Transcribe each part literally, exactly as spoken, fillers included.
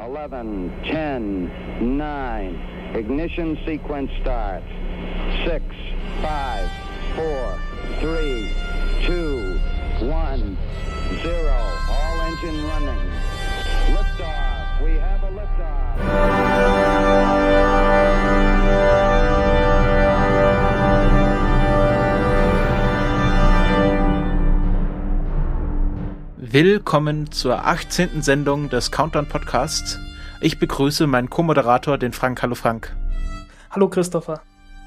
eleven, ten, nine, ignition sequence start. six, five, four, three, two, one, zero. All engine running. Liftoff. We have a liftoff. Willkommen zur achtzehnten Sendung des Countdown Podcasts. Ich begrüße meinen Co-Moderator, den Frank. Hallo Frank. Hallo Christopher.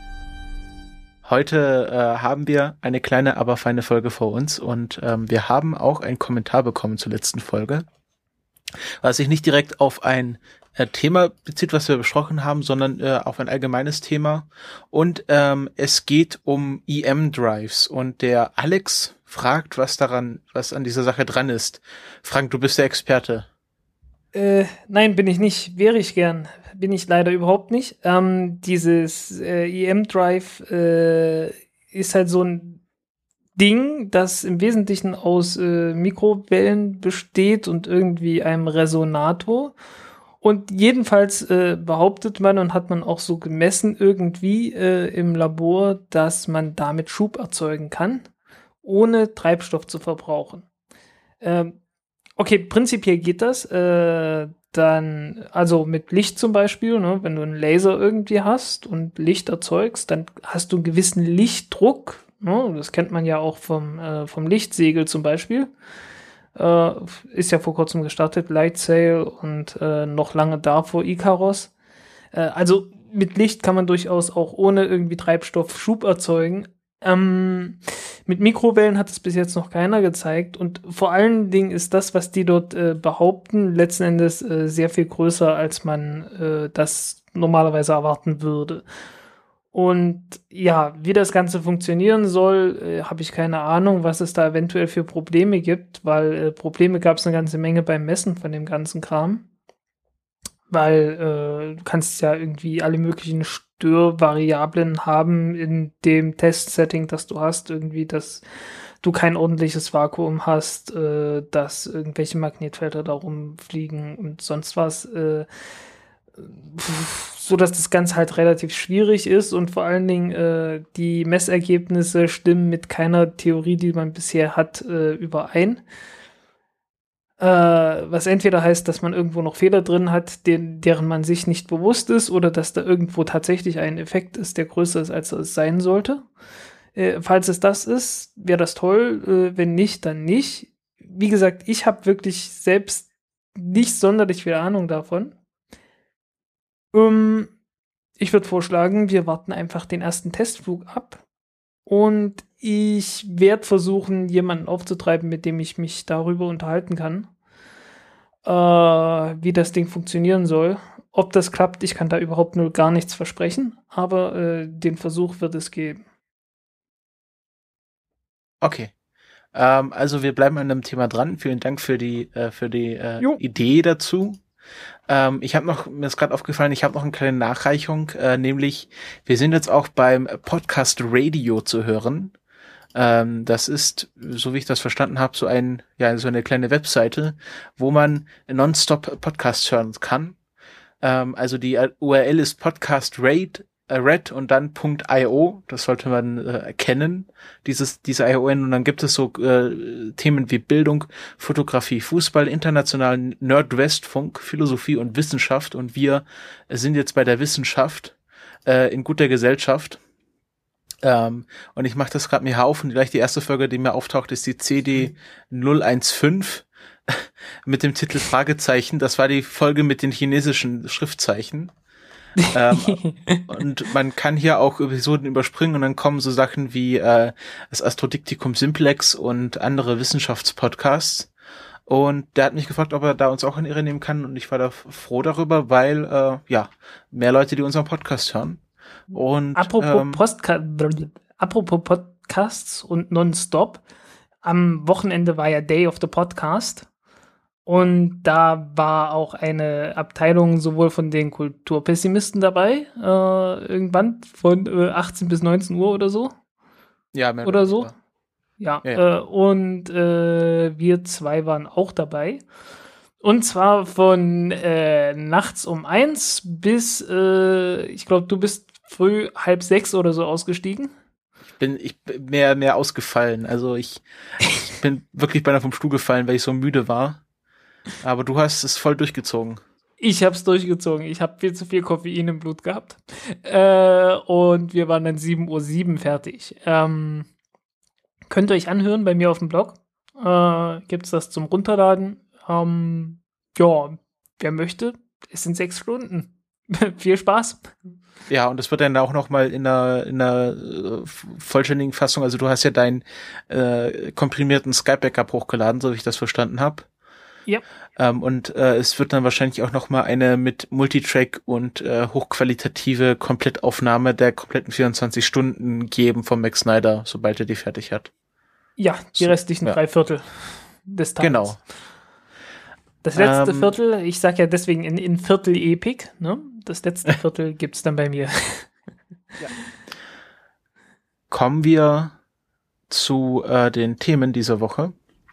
Heute äh, haben wir eine kleine, aber feine Folge vor uns und ähm, wir haben auch einen Kommentar bekommen zur letzten Folge, was sich nicht direkt auf ein äh, Thema bezieht, was wir besprochen haben, sondern äh, auf ein allgemeines Thema. Und ähm, es geht um E M-Drives und der Alex fragt, was daran, was an dieser Sache dran ist. Frank, du bist der Experte. Äh, nein, bin ich nicht. Wäre ich gern. Bin ich leider überhaupt nicht. Ähm, dieses äh, E M-Drive äh, ist halt so ein Ding, das im Wesentlichen aus äh, Mikrowellen besteht und irgendwie einem Resonator. Und jedenfalls äh, behauptet man und hat man auch so gemessen irgendwie äh, im Labor, dass man damit Schub erzeugen kann, ohne Treibstoff zu verbrauchen. Ähm, okay, prinzipiell geht das. Äh, dann, also mit Licht zum Beispiel, ne, wenn du einen Laser irgendwie hast und Licht erzeugst, dann hast du einen gewissen Lichtdruck. Ne, das kennt man ja auch vom, äh, vom Lichtsegel zum Beispiel. Äh, ist ja vor kurzem gestartet, Lightsail und äh, noch lange davor Icaros. Äh, also mit Licht kann man durchaus auch ohne irgendwie Treibstoff Schub erzeugen. Ähm, mit Mikrowellen hat es bis jetzt noch keiner gezeigt und vor allen Dingen ist das, was die dort äh, behaupten, letzten Endes äh, sehr viel größer, als man äh, das normalerweise erwarten würde. Und ja, wie das Ganze funktionieren soll, äh, habe ich keine Ahnung, was es da eventuell für Probleme gibt, weil äh, Probleme gab es eine ganze Menge beim Messen von dem ganzen Kram. Weil äh, du kannst ja irgendwie alle möglichen Störvariablen haben in dem Testsetting, das du hast, irgendwie, dass du kein ordentliches Vakuum hast, äh, dass irgendwelche Magnetfelder da rumfliegen und sonst was, äh, so dass das Ganze halt relativ schwierig ist und vor allen Dingen äh, die Messergebnisse stimmen mit keiner Theorie, die man bisher hat, äh, überein. Äh, was entweder heißt, dass man irgendwo noch Fehler drin hat, den, deren man sich nicht bewusst ist, oder dass da irgendwo tatsächlich ein Effekt ist, der größer ist, als es sein sollte. Äh, falls es das ist, wäre das toll. Äh, wenn nicht, dann nicht. Wie gesagt, ich habe wirklich selbst nicht sonderlich viel Ahnung davon. Ähm, ich würde vorschlagen, wir warten einfach den ersten Testflug ab. Und ich werde versuchen, jemanden aufzutreiben, mit dem ich mich darüber unterhalten kann, äh, wie das Ding funktionieren soll. Ob das klappt, ich kann da überhaupt nur gar nichts versprechen, aber äh, den Versuch wird es geben. Okay. Ähm, also wir bleiben an dem Thema dran. Vielen Dank für die, äh, für die äh, Idee dazu. Ähm, ich habe noch, mir ist gerade aufgefallen, ich habe noch eine kleine Nachreichung, äh, nämlich wir sind jetzt auch beim Podcast Radio zu hören. Ähm, das ist, so wie ich das verstanden habe, so ein, ja, so eine kleine Webseite, wo man nonstop Podcasts hören kann. Ähm, also die U R L ist podcastrate Red und dann .io, das sollte man äh, kennen, dieses diese I O N, und dann gibt es so äh, Themen wie Bildung, Fotografie, Fußball, internationalen Nordwestfunk, Philosophie und Wissenschaft, und wir sind jetzt bei der Wissenschaft äh, in guter Gesellschaft. Ähm, und ich mache das gerade mir auf und gleich die erste Folge, die mir auftaucht, ist die C D null eins fünf mit dem Titel Fragezeichen. Das war die Folge mit den chinesischen Schriftzeichen. ähm, und man kann hier auch Episoden überspringen und dann kommen so Sachen wie äh, das Astrodiktikum Simplex und andere Wissenschaftspodcasts. Und der hat mich gefragt, ob er da uns auch in Irre nehmen kann, und ich war da froh darüber, weil äh, ja, mehr Leute, die unseren Podcast hören. Und apropos, ähm, Postka- apropos Podcasts und Nonstop, am Wochenende war ja Day of the Podcast. Und da war auch eine Abteilung sowohl von den Kulturpessimisten dabei, äh, irgendwann von äh, achtzehn bis neunzehn Uhr oder so. Ja, mehr oder so. Ja, Ja, ja, ja. Äh, und äh, wir zwei waren auch dabei. Und zwar von äh, nachts um eins bis, äh, ich glaube, du bist früh halb sechs oder so ausgestiegen. Ich bin, ich bin mehr, mehr ausgefallen. Also ich, ich bin wirklich beinahe vom Stuhl gefallen, weil ich so müde war. Aber du hast es voll durchgezogen. Ich hab's durchgezogen. Ich habe viel zu viel Koffein im Blut gehabt. Äh, und wir waren dann sieben Uhr sieben fertig. Ähm, könnt ihr euch anhören bei mir auf dem Blog. Äh, gibt's das zum Runterladen. Ähm, ja, wer möchte, es sind sechs Stunden. Viel Spaß. Ja, und das wird dann auch noch mal in einer, in einer äh, vollständigen Fassung, also du hast ja deinen äh, komprimierten Skype-Backup hochgeladen, so wie ich das verstanden habe. Ja. Ähm, und äh, es wird dann wahrscheinlich auch noch mal eine mit Multitrack und äh, hochqualitative Komplettaufnahme der kompletten vierundzwanzig Stunden geben von Max Snyder, sobald er die fertig hat. Ja, die so, restlichen ja. drei Viertel des Tages. Genau. Das letzte ähm, Viertel, ich sag ja deswegen in, in Viertel Epic, ne? Das letzte Viertel gibt's dann bei mir. Ja. Kommen wir zu äh, den Themen dieser Woche.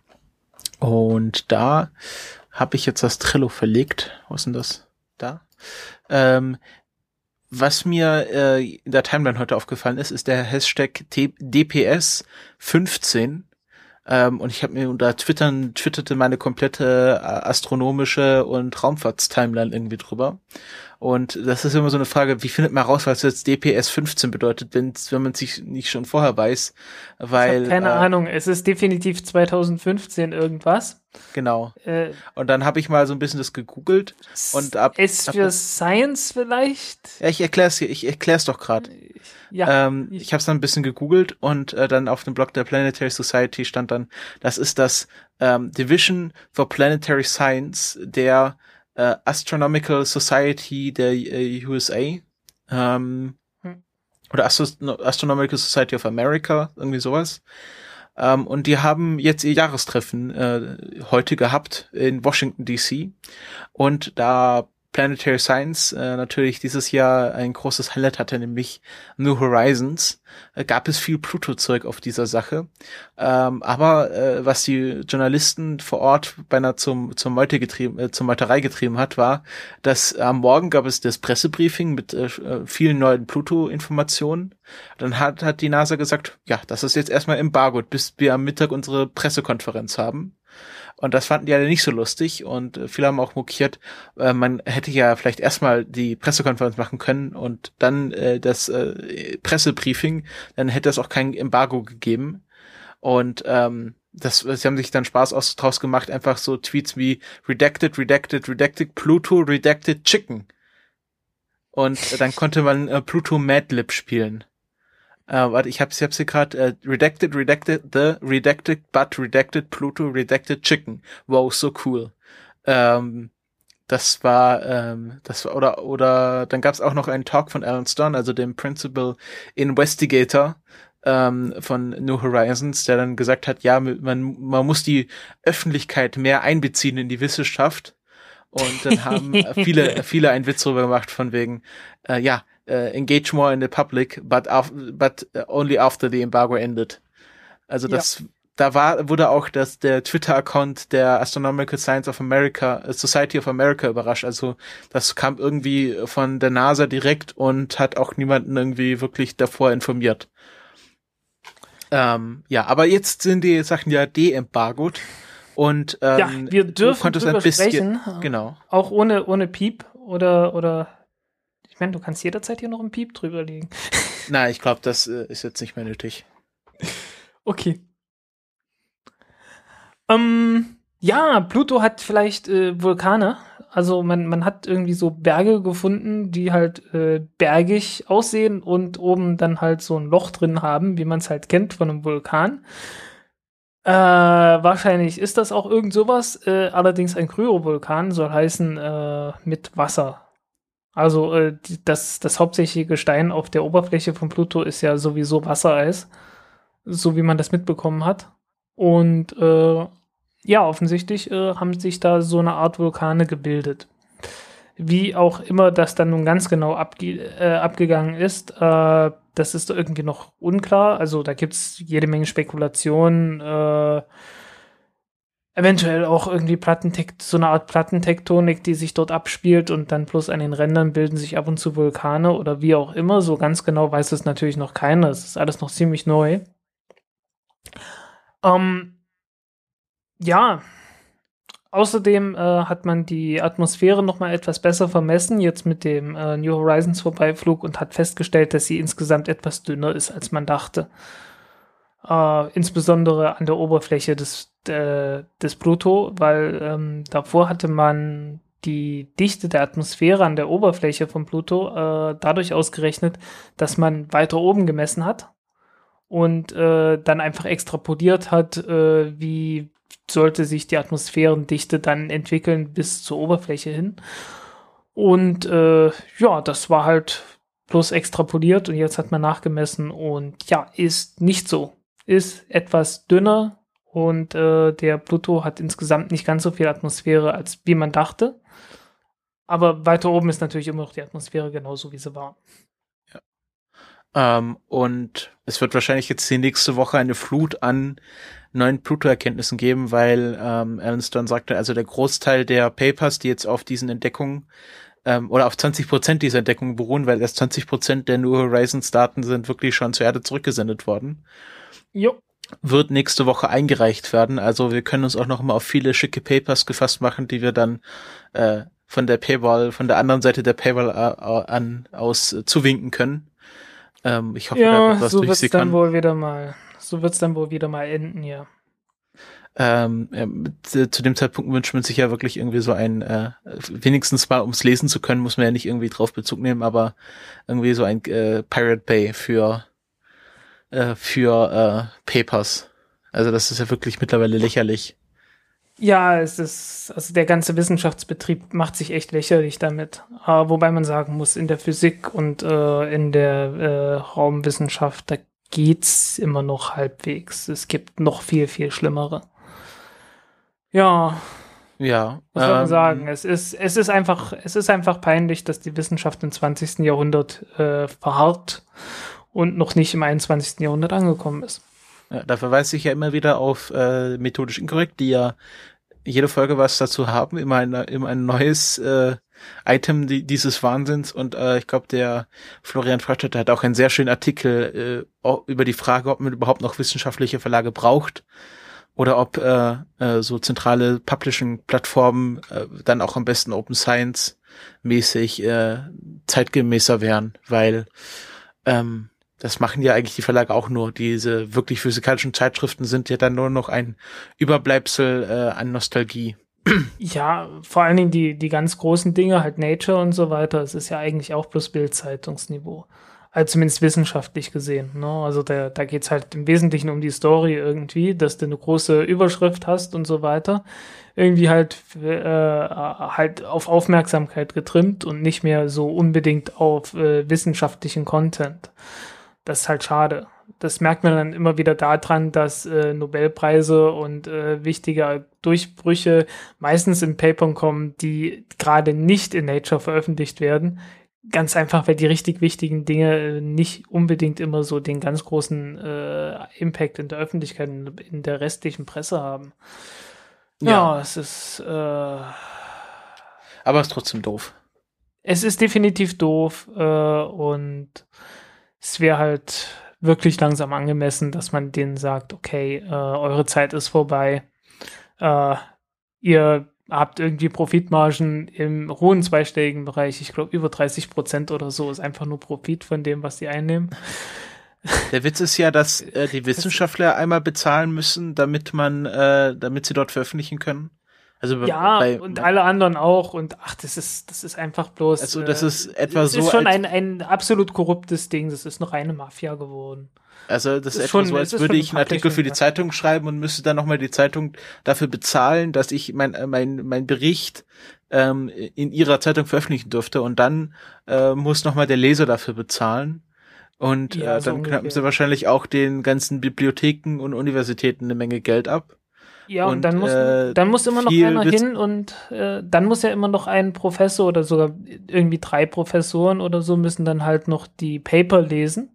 Und da habe ich jetzt das Trello verlegt. Wo ist denn das? Da. Ähm, was mir äh, in der Timeline heute aufgefallen ist, ist der Hashtag D P S fünfzehn. Ähm, und ich habe mir da twittern, twitterte meine komplette äh, astronomische und Raumfahrtstimeline irgendwie drüber. Und das ist immer so eine Frage, wie findet man raus, was jetzt D P S fünfzehn bedeutet, wenn wenn man sich nicht schon vorher weiß, weil ich habe keine äh, Ahnung, es ist definitiv zweitausendfünfzehn irgendwas. Genau. Äh, und dann habe ich mal so ein bisschen das gegoogelt und ab S für ab, Science vielleicht? Ja, ich erklär's hier, ich erklär's doch gerade. Ja. Ähm, ich habe es dann ein bisschen gegoogelt und äh, dann auf dem Blog der Planetary Society stand dann, das ist das ähm, Division for Planetary Science der äh, Astronomical Society der äh, U S A ähm, hm. oder Astro- Astronomical Society of America, irgendwie sowas. Ähm, und die haben jetzt ihr Jahrestreffen äh, heute gehabt in Washington D C und da Planetary Science äh, natürlich dieses Jahr ein großes Highlight hatte, nämlich New Horizons, äh, gab es viel Pluto-Zeug auf dieser Sache. Ähm, aber äh, was die Journalisten vor Ort beinahe zum zum Meute getrieben, äh, zur Meuterei getrieben hat, war, dass am Morgen gab es das Pressebriefing mit äh, vielen neuen Pluto-Informationen. Dann hat hat die NASA gesagt, ja, das ist jetzt erstmal embargoed, bis wir am Mittag unsere Pressekonferenz haben. Und das fanden die alle nicht so lustig und äh, viele haben auch mokiert, äh, man hätte ja vielleicht erstmal die Pressekonferenz machen können und dann äh, das äh, Pressebriefing, dann hätte es auch kein Embargo gegeben. Und ähm, das, sie haben sich dann Spaß aus, draus gemacht, einfach so Tweets wie Redacted, Redacted, Redacted, Pluto, Redacted, Chicken. Und äh, dann konnte man äh, Pluto Madlib spielen. Uh, warte, ich hab's, ich hab's hier gerade, uh, redacted, redacted, the, redacted, but redacted, Pluto, redacted, chicken. Wow, so cool. Ähm, das war, ähm, das war, oder, oder, dann gab's auch noch einen Talk von Alan Stern, also dem Principal Investigator, ähm, von New Horizons, der dann gesagt hat, ja, man, man muss die Öffentlichkeit mehr einbeziehen in die Wissenschaft. Und dann haben viele, viele einen Witz drüber gemacht von wegen, äh, ja, Uh, engage more in the public, but af- but only after the embargo ended. Also das, ja. Da war, wurde auch das, der Twitter-Account der Astronomical Science of America, Society of America überrascht. Also das kam irgendwie von der NASA direkt und hat auch niemanden irgendwie wirklich davor informiert. Ähm, ja, aber jetzt sind die Sachen ja de-embargot. Und ähm, ja, wir dürfen drüber ein bisschen, sprechen, genau. Auch ohne ohne Piep oder oder ich meine, du kannst jederzeit hier noch einen Piep drüber legen. Nein, ich glaube, das äh, ist jetzt nicht mehr nötig. Okay. Ähm, ja, Pluto hat vielleicht äh, Vulkane. Also man, man hat irgendwie so Berge gefunden, die halt äh, bergig aussehen und oben dann halt so ein Loch drin haben, wie man es halt kennt von einem Vulkan. Äh, wahrscheinlich ist das auch irgend sowas. Äh, allerdings ein Kryovulkan soll heißen äh, mit Wasser. Also äh, das, das hauptsächliche Gestein auf der Oberfläche von Pluto ist ja sowieso Wassereis, so wie man das mitbekommen hat. Und äh, ja, offensichtlich äh, haben sich da so eine Art Vulkane gebildet. Wie auch immer das dann nun ganz genau abge- äh, abgegangen ist, äh, das ist irgendwie noch unklar. Also da gibt es jede Menge Spekulationen, äh, eventuell auch irgendwie Plattentekt- so eine Art Plattentektonik, die sich dort abspielt und dann bloß an den Rändern bilden sich ab und zu Vulkane oder wie auch immer. So ganz genau weiß es natürlich noch keiner. Es ist alles noch ziemlich neu. Ähm, ja, außerdem äh, hat man die Atmosphäre noch mal etwas besser vermessen, jetzt mit dem äh, New Horizons Vorbeiflug und hat festgestellt, dass sie insgesamt etwas dünner ist, als man dachte. Uh, insbesondere an der Oberfläche des, äh, des Pluto, weil ähm, davor hatte man die Dichte der Atmosphäre an der Oberfläche von Pluto äh, dadurch ausgerechnet, dass man weiter oben gemessen hat und äh, dann einfach extrapoliert hat, äh, wie sollte sich die Atmosphärendichte dann entwickeln bis zur Oberfläche hin. Und äh, ja, das war halt bloß extrapoliert und jetzt hat man nachgemessen und ja, ist nicht so. Ist etwas dünner und äh, der Pluto hat insgesamt nicht ganz so viel Atmosphäre, als wie man dachte. Aber weiter oben ist natürlich immer noch die Atmosphäre genauso, wie sie war. Ja. Ähm, und es wird wahrscheinlich jetzt die nächste Woche eine Flut an neuen Pluto-Erkenntnissen geben, weil ähm, Alan Stern sagte, also der Großteil der Papers, die jetzt auf diesen Entdeckungen ähm, oder auf zwanzig Prozent dieser Entdeckungen beruhen, weil erst zwanzig Prozent der New Horizons Daten sind wirklich schon zur Erde zurückgesendet worden. Jo. Wird nächste Woche eingereicht werden. Also wir können uns auch noch mal auf viele schicke Papers gefasst machen, die wir dann äh, von der Paywall, von der anderen Seite der Paywall äh, an aus äh, zuwinken können. Ähm, ich hoffe, ja, da wird was so wird's durchsickern. dann wohl wieder mal, so wird's dann wohl wieder mal enden, ja. Ähm, ja, mit, äh, zu dem Zeitpunkt wünscht man sich ja wirklich irgendwie so ein, äh, wenigstens mal, ums lesen zu können, muss man ja nicht irgendwie drauf Bezug nehmen, aber irgendwie so ein äh, Pirate Bay für für äh, Papers. Also das ist ja wirklich mittlerweile lächerlich. Ja, es ist, also der ganze Wissenschaftsbetrieb macht sich echt lächerlich damit. Uh, wobei man sagen muss, in der Physik und uh, in der uh, Raumwissenschaft, da geht's immer noch halbwegs. Es gibt noch viel, viel schlimmere. Ja. Ja. Was soll man ähm, sagen? Es ist, es ist einfach, es ist einfach peinlich, dass die Wissenschaft im zwanzigsten Jahrhundert äh, verharrt und noch nicht im einundzwanzigsten Jahrhundert angekommen ist. Ja, da verweise ich ja immer wieder auf äh, methodisch inkorrekt, die ja jede Folge was dazu haben, immer ein, immer ein neues äh, Item die, dieses Wahnsinns und äh, ich glaube, der Florian Freistetter hat auch einen sehr schönen Artikel äh, über die Frage, ob man überhaupt noch wissenschaftliche Verlage braucht oder ob äh, äh, so zentrale Publishing-Plattformen äh, dann auch am besten Open Science mäßig äh, zeitgemäßer wären, weil ähm, das machen ja eigentlich die Verlage auch nur. Diese wirklich physikalischen Zeitschriften sind ja dann nur noch ein Überbleibsel äh, an Nostalgie. Ja, vor allen Dingen die, die ganz großen Dinge, halt Nature und so weiter, es ist ja eigentlich auch bloß Bild-Zeitungsniveau. Also zumindest wissenschaftlich gesehen. Ne? Also da, da geht's halt im Wesentlichen um die Story irgendwie, dass du eine große Überschrift hast und so weiter. Irgendwie halt, äh, halt auf Aufmerksamkeit getrimmt und nicht mehr so unbedingt auf äh, wissenschaftlichen Content. Das ist halt schade. Das merkt man dann immer wieder daran, dass äh, Nobelpreise und äh, wichtige Durchbrüche meistens in Papern kommen, die gerade nicht in Nature veröffentlicht werden. Ganz einfach, weil die richtig wichtigen Dinge äh, nicht unbedingt immer so den ganz großen äh, Impact in der Öffentlichkeit, in der restlichen Presse haben. Ja, ja es ist äh, aber es ist trotzdem doof. Es ist definitiv doof äh, und es wäre halt wirklich langsam angemessen, dass man denen sagt, okay, äh, eure Zeit ist vorbei. Äh, ihr habt irgendwie Profitmargen im hohen zweistelligen Bereich. Ich glaube, über dreißig Prozent oder so ist einfach nur Profit von dem, was die einnehmen. Der Witz ist ja, dass äh, die Wissenschaftler einmal bezahlen müssen, damit man, äh, damit sie dort veröffentlichen können. Also ja, bei, und alle anderen auch. Und ach, das ist, das ist einfach bloß. Also das ist äh, etwa das so. Das ist schon ein, ein absolut korruptes Ding. Das ist noch eine Mafia geworden. Also das ist, ist etwa schon, so, als würde ich einen Artikel für die Zeitung schreiben und müsste dann nochmal die Zeitung dafür bezahlen, dass ich mein mein mein Bericht ähm, in ihrer Zeitung veröffentlichen dürfte. Und dann äh, muss nochmal der Leser dafür bezahlen. Und ja, äh, so dann knappen ungefähr. sie wahrscheinlich auch den ganzen Bibliotheken und Universitäten eine Menge Geld ab. Ja, und, und dann muss, äh, dann muss immer noch viel einer Witz- hin und äh, dann muss ja immer noch ein Professor oder sogar irgendwie drei Professoren oder so müssen dann halt noch die Paper lesen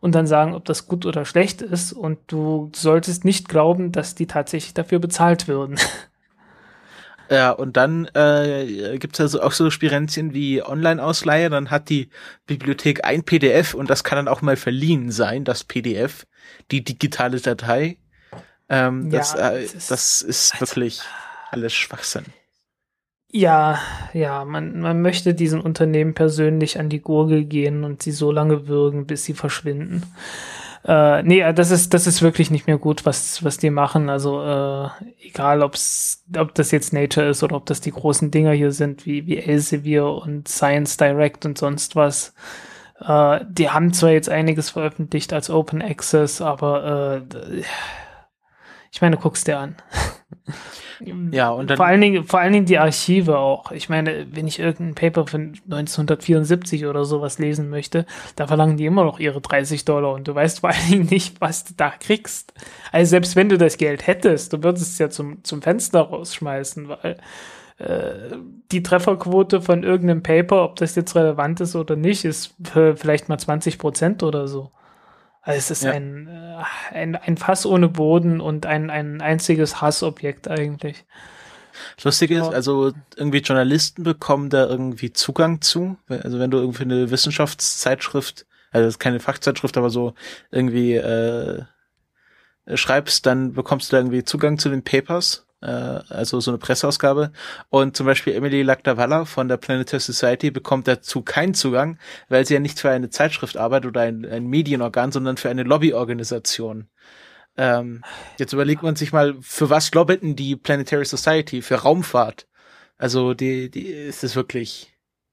und dann sagen, ob das gut oder schlecht ist. Und du solltest nicht glauben, dass die tatsächlich dafür bezahlt würden. Ja, und dann äh, gibt es also auch so Spirenzchen wie Online-Ausleihe, dann hat die Bibliothek ein P D F und das kann dann auch mal verliehen sein, das P D F, die digitale Datei. Ähm, ja, das, äh, das ist, das ist also, wirklich alles Schwachsinn. Ja, ja, man, man möchte diesen Unternehmen persönlich an die Gurgel gehen und sie so lange würgen, bis sie verschwinden. Äh, nee, das ist, das ist wirklich nicht mehr gut, was, was die machen. Also, äh, egal, ob's, ob das jetzt Nature ist oder ob das die großen Dinger hier sind, wie, wie Elsevier und Science Direct und sonst was. Äh, die haben zwar jetzt einiges veröffentlicht als Open Access, aber, äh, ich meine, guck's dir an. Ja, und dann vor allen Dingen, vor allen Dingen die Archive auch. Ich meine, wenn ich irgendein Paper von neunzehnhundertvierundsiebzig oder sowas lesen möchte, da verlangen die immer noch ihre dreißig Dollar und du weißt vor allen Dingen nicht, was du da kriegst. Also selbst wenn du das Geld hättest, du würdest es ja zum, zum Fenster rausschmeißen, weil äh, die Trefferquote von irgendeinem Paper, ob das jetzt relevant ist oder nicht, ist vielleicht mal zwanzig Prozent oder so. Also es ist ja. ein, äh, ein, ein Fass ohne Boden und ein, ein einziges Hassobjekt eigentlich. Lustig ist, also irgendwie Journalisten bekommen da irgendwie Zugang zu. Also wenn du irgendwie eine Wissenschaftszeitschrift, also das ist keine Fachzeitschrift, aber so irgendwie äh, schreibst, dann bekommst du da irgendwie Zugang zu den Papers. Also so eine Presseausgabe. Und zum Beispiel Emily Lakdawalla von der Planetary Society bekommt dazu keinen Zugang, weil sie ja nicht für eine Zeitschrift arbeitet oder ein, ein Medienorgan, sondern für eine Lobbyorganisation. Ähm, jetzt überlegt man sich mal, für was lobbiten die Planetary Society? Für Raumfahrt. Also die, die ist es wirklich.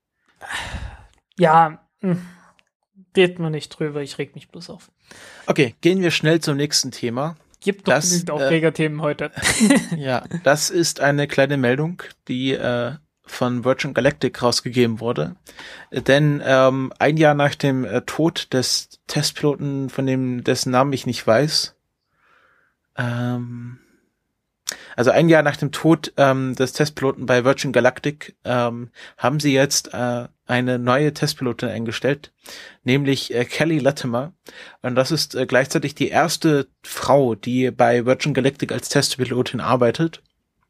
Ja, redet man nicht drüber, ich reg mich bloß auf. Okay, gehen wir schnell zum nächsten Thema. Gibt doch genügend Aufregerthemen äh, heute. Ja, das ist eine kleine Meldung, die äh, von Virgin Galactic rausgegeben wurde. Denn ähm, ein Jahr nach dem äh, Tod des Testpiloten, von dem dessen Namen ich nicht weiß, ähm, also ein Jahr nach dem Tod ähm, des Testpiloten bei Virgin Galactic ähm, haben sie jetzt äh, eine neue Testpilotin eingestellt, nämlich äh, Kelly Latimer. Und das ist äh, gleichzeitig die erste Frau, die bei Virgin Galactic als Testpilotin arbeitet.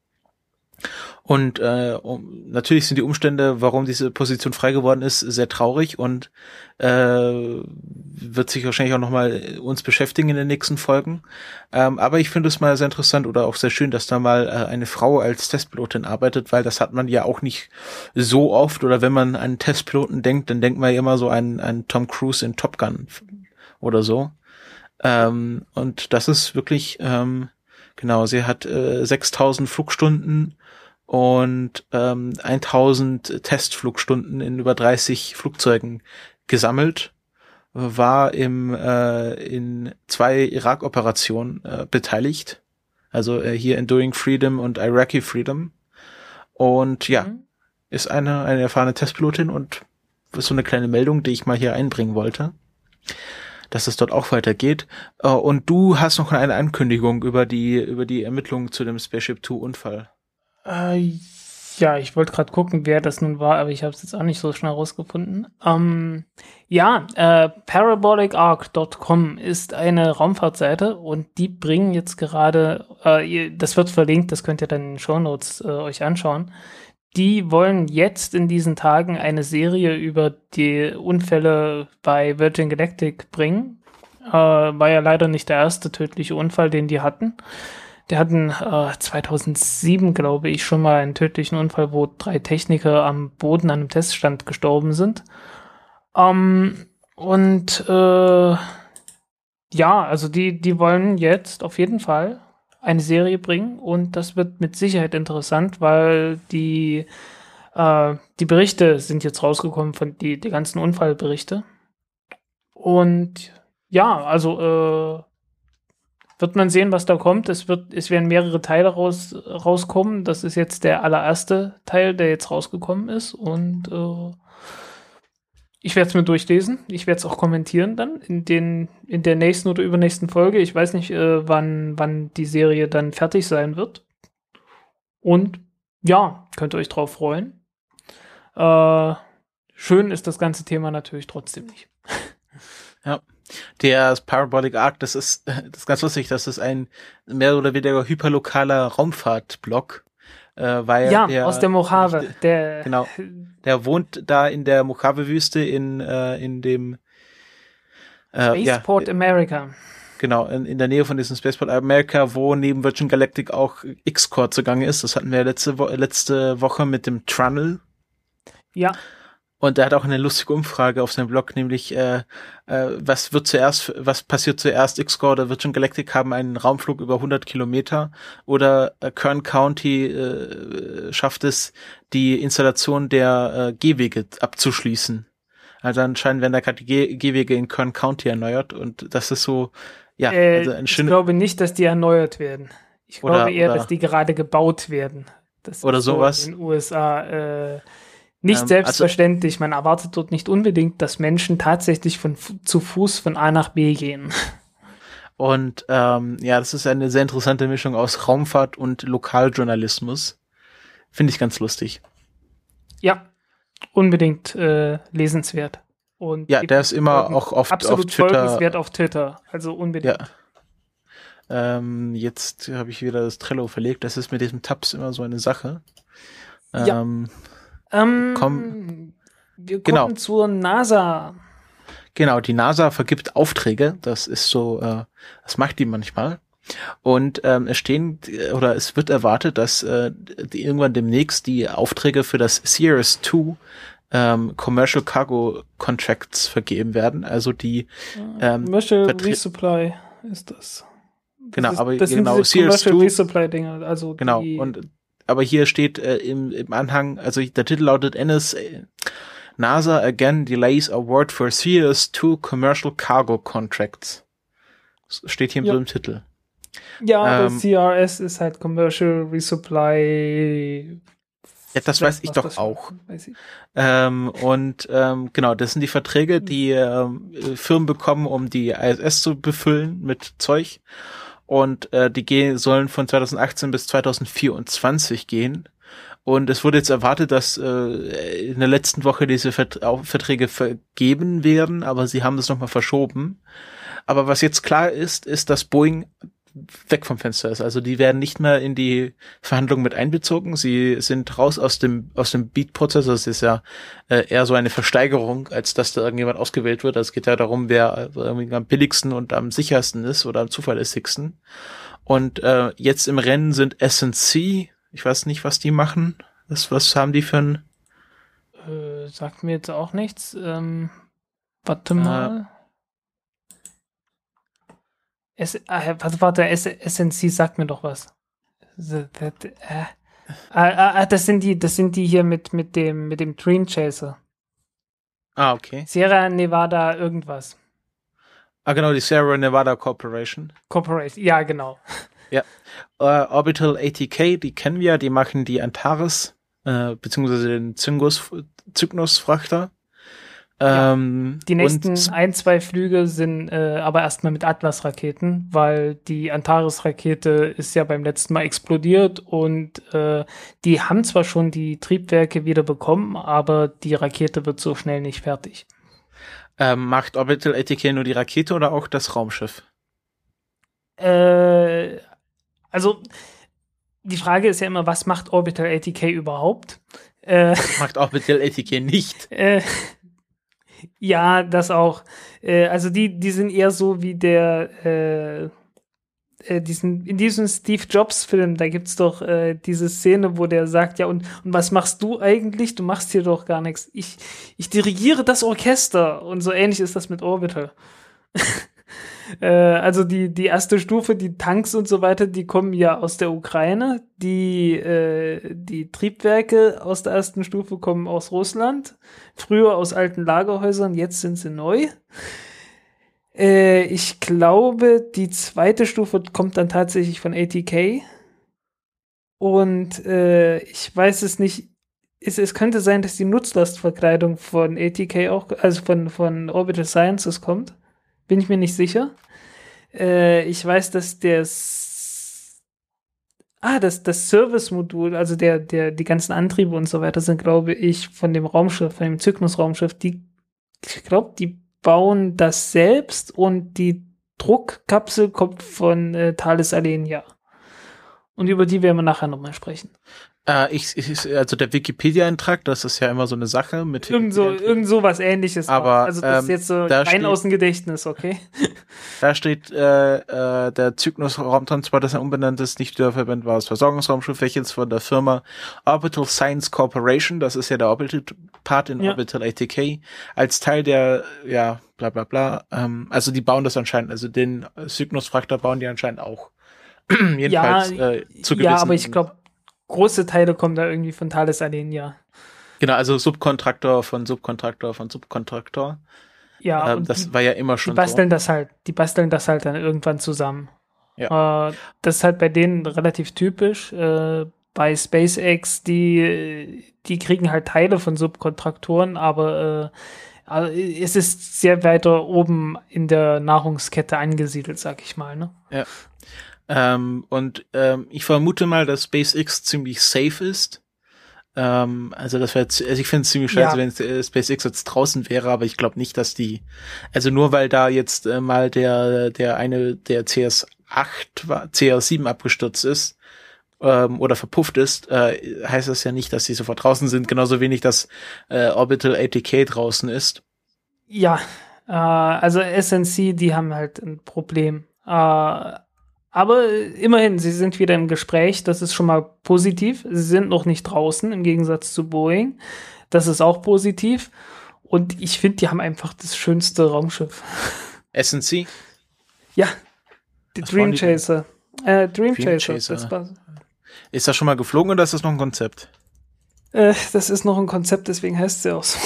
Und äh, um, natürlich sind die Umstände, warum diese Position frei geworden ist, sehr traurig und äh, wird sich wahrscheinlich auch nochmal uns beschäftigen in den nächsten Folgen. Ähm, aber ich finde es mal sehr interessant oder auch sehr schön, dass da mal äh, eine Frau als Testpilotin arbeitet, weil das hat man ja auch nicht so oft. Oder wenn man an Testpiloten denkt, dann denkt man ja immer so an, an Tom Cruise in Top Gun oder so. Ähm, und das ist wirklich, ähm, genau, sie hat äh, sechstausend Flugstunden und ähm, tausend Testflugstunden in über dreißig Flugzeugen gesammelt, war im äh, in zwei Irak-Operationen äh, beteiligt, also äh, hier Enduring Freedom und Iraqi Freedom, und ja, mhm. ist eine eine erfahrene Testpilotin und ist so eine kleine Meldung, die ich mal hier einbringen wollte, dass es dort auch weitergeht. Uh, und du hast noch eine Ankündigung über die über die Ermittlungen zu dem Spaceship Two Unfall. Äh, ja, ich wollte gerade gucken, wer das nun war, aber ich habe es jetzt auch nicht so schnell rausgefunden. Ähm, ja, äh, parabolic arc Punkt com ist eine Raumfahrtseite und die bringen jetzt gerade, äh, das wird verlinkt, das könnt ihr dann in den Shownotes äh, euch anschauen. Die wollen jetzt in diesen Tagen eine Serie über die Unfälle bei Virgin Galactic bringen. Äh, war ja leider nicht der erste tödliche Unfall, den die hatten. Die hatten äh, zweitausendsieben, glaube ich, schon mal einen tödlichen Unfall, wo drei Techniker am Boden an einem Teststand gestorben sind. Ähm, und äh, ja, also die, die wollen jetzt auf jeden Fall eine Serie bringen und das wird mit Sicherheit interessant, weil die, äh, die Berichte sind jetzt rausgekommen, von die, die ganzen Unfallberichte. Und ja, also äh, wird man sehen, was da kommt. Es wird, es werden mehrere Teile raus, rauskommen. Das ist jetzt der allererste Teil, der jetzt rausgekommen ist. Und äh, ich werde es mir durchlesen. Ich werde es auch kommentieren dann in den in der nächsten oder übernächsten Folge. Ich weiß nicht, äh, wann wann die Serie dann fertig sein wird. Und ja, könnt ihr euch drauf freuen. Äh, schön ist das ganze Thema natürlich trotzdem nicht. Ja. Der Parabolic Arc, das ist, das ist ganz lustig, das ist ein mehr oder weniger hyperlokaler Raumfahrtblock, äh, weil ja, der, aus der Mojave, der, genau, der wohnt da in der Mojave-Wüste in, äh, in dem, äh, Spaceport ja, America. Genau, in, in der Nähe von diesem Spaceport America, wo neben Virgin Galactic auch X-Core zugange ist. Das hatten wir letzte, Wo- letzte Woche mit dem Trunnel. Ja. Und er hat auch eine lustige Umfrage auf seinem Blog, nämlich äh, äh, was wird zuerst, was passiert zuerst, X-Core oder Virgin Galactic haben einen Raumflug über hundert Kilometer oder äh, Kern County äh, schafft es, die Installation der äh, Gehwege abzuschließen. Also anscheinend werden da gerade die Geh- Gehwege in Kern County erneuert und das ist so, ja, äh, also ein ich schönes... glaube nicht, dass die erneuert werden. Ich Oder- glaube eher, oder- dass die gerade gebaut werden. Das Oder ist so sowas. in den U S A äh, nicht Ähm, selbstverständlich. Man erwartet dort nicht unbedingt, dass Menschen tatsächlich von Fu- zu Fuß von A nach B gehen. Und ähm, ja, das ist eine sehr interessante Mischung aus Raumfahrt und Lokaljournalismus. Finde ich ganz lustig. Ja, unbedingt äh, lesenswert. Und Ja, der ist immer auch oft absolut auf Twitter. folgenswert auf Twitter. Also unbedingt. Ja. Ähm, jetzt habe ich wieder das Trello verlegt. Das ist mit diesem Tabs immer so eine Sache. Ja. Ähm, Ähm, komm- wir kommen genau. zur NASA. Genau, die NASA vergibt Aufträge. Das ist so, äh, das macht die manchmal. Und ähm, es stehen oder es wird erwartet, dass äh, die irgendwann demnächst die Aufträge für das Ceres zwei ähm, Commercial Cargo Contracts vergeben werden. Also die ähm, Commercial Vertre- Resupply ist das. Das Genau, ist, aber das genau, sind diese Ceres Commercial zwei Resupply-Dinger. Also Genau, die, und aber hier steht äh, im, im Anhang, also der Titel lautet N S A, NASA again delays award for Ceres zwei Commercial Cargo Contracts. Das steht hier Ja. so im Titel. ja, aber ähm, C R S ist halt Commercial Resupply. Ja, das weiß ich Was doch das auch. weiß ich. Ähm, und ähm, genau, das sind die Verträge, die ähm, Firmen bekommen, um die I S S zu befüllen mit Zeug. Und äh, die gehen, sollen von zweitausendachtzehn bis zweitausendvierundzwanzig gehen. Und es wurde jetzt erwartet, dass äh, in der letzten Woche diese Vert- auch Verträge vergeben werden, aber sie haben das nochmal verschoben. Aber was jetzt klar ist, ist, dass Boeing weg vom Fenster ist. Also die werden nicht mehr in die Verhandlungen mit einbezogen. Sie sind raus aus dem aus dem Beat-Prozess. Das ist ja äh, eher so eine Versteigerung, als dass da irgendjemand ausgewählt wird. Es geht ja darum, wer irgendwie am billigsten und am sichersten ist oder am zuverlässigsten. Und äh, jetzt im Rennen sind S and C. Ich weiß nicht, was die machen. Was, was haben die für ein... Äh, sagt mir jetzt auch nichts. Ähm, warte mal. S, äh, warte, warte, S, S N C sagt mir doch was. Äh, äh, äh, das sind die, das sind die hier mit, mit dem, mit dem Dream Chaser. Ah, okay. Sierra Nevada irgendwas. Ah, genau, die Sierra Nevada Corporation. Corporation, ja, genau. Ja. Uh, Orbital A T K, die kennen wir, die machen die Antares, äh, beziehungsweise den Cygnus, Cygnus-Frachter. Ähm, Die nächsten und, ein, zwei Flüge sind äh, aber erstmal mit Atlas-Raketen, weil die Antares-Rakete ist ja beim letzten Mal explodiert und äh, die haben zwar schon die Triebwerke wieder bekommen, aber die Rakete wird so schnell nicht fertig. ähm, macht Orbital A T K nur die Rakete oder auch das Raumschiff? Äh, also die Frage ist ja immer, was macht Orbital A T K überhaupt? Äh, Macht Orbital A T K nicht. äh, ja, das auch. Äh, also die, die sind eher so wie der äh, äh, diesen, in diesem Steve Jobs-Film, da gibt's doch äh, diese Szene, wo der sagt, ja, und, und was machst du eigentlich? Du machst hier doch gar nichts. Ich, ich dirigiere das Orchester. Und so ähnlich ist das mit Orbital. äh, also die, die erste Stufe, die Tanks und so weiter, die kommen ja aus der Ukraine. Die, äh, die Triebwerke aus der ersten Stufe kommen aus Russland. Früher aus alten Lagerhäusern, jetzt sind sie neu. Äh, ich glaube, die zweite Stufe kommt dann tatsächlich von A T K. Und äh, ich weiß es nicht. Es, es könnte sein, dass die Nutzlastverkleidung von A T K auch, also von, von Orbital Sciences kommt. Bin ich mir nicht sicher. Äh, ich weiß, dass der S- Ah, das, das Service-Modul, also der, der, die ganzen Antriebe und so weiter sind, glaube ich, von dem Raumschiff, von dem Cygnus-Raumschiff, die, ich glaube, die bauen das selbst und die Druckkapsel kommt von äh, Thales Alenia. Und über die werden wir nachher nochmal sprechen. Äh, ich, ich, also der Wikipedia-Eintrag, das ist ja immer so eine Sache mit Irgend so, irgend so was Ähnliches. Aber, also das ähm, ist jetzt so da rein steht, aus dem Gedächtnis, okay? Da steht, äh, äh, der Cygnus-Raumtransport, das ein umbenanntes, nicht wiederverwendbares Versorgungsraumschiff, welches von der Firma Orbital Science Corporation, das ist ja der Orbital-Part in ja. Orbital A T K, als Teil der, ja, bla bla bla, ähm, also die bauen das anscheinend, also den Cygnus-Fraktor bauen die anscheinend auch. Jedenfalls ja, äh, zu gewissen. Ja, aber ich glaube, große Teile kommen da irgendwie von Thales Alenia. Genau, also Subkontraktor von Subkontraktor von Subkontraktor. Ja, ähm, das die, war ja immer schon die basteln so. das halt, die basteln das halt dann irgendwann zusammen. Ja. Äh, das ist halt bei denen relativ typisch. Äh, bei SpaceX, die, die kriegen halt Teile von Subkontraktoren, aber äh, also es ist sehr weiter oben in der Nahrungskette angesiedelt, sag ich mal. Ne? Ja. Ähm, und ähm, ich vermute mal, dass SpaceX ziemlich safe ist. Ähm, also das wäre, also ich finde es ziemlich scheiße, ja. wenn äh, SpaceX jetzt draußen wäre, aber ich glaube nicht, dass die, also nur weil da jetzt äh, mal der der eine der C S acht war, C S sieben abgestürzt ist ähm, oder verpufft ist, äh, heißt das ja nicht, dass die sofort draußen sind. Genauso wenig, dass äh, Orbital A T K draußen ist. Ja, äh, also S N C, die haben halt ein Problem. Äh, Aber immerhin, sie sind wieder im Gespräch, das ist schon mal positiv. Sie sind noch nicht draußen, im Gegensatz zu Boeing. Das ist auch positiv. Und ich finde, die haben einfach das schönste Raumschiff. S N C? Ja, die Dream Chaser. Äh, Dream, Dream Chaser. Chaser. Das war, ist das schon mal geflogen oder ist das noch ein Konzept? Äh, das ist noch ein Konzept, deswegen heißt sie auch so.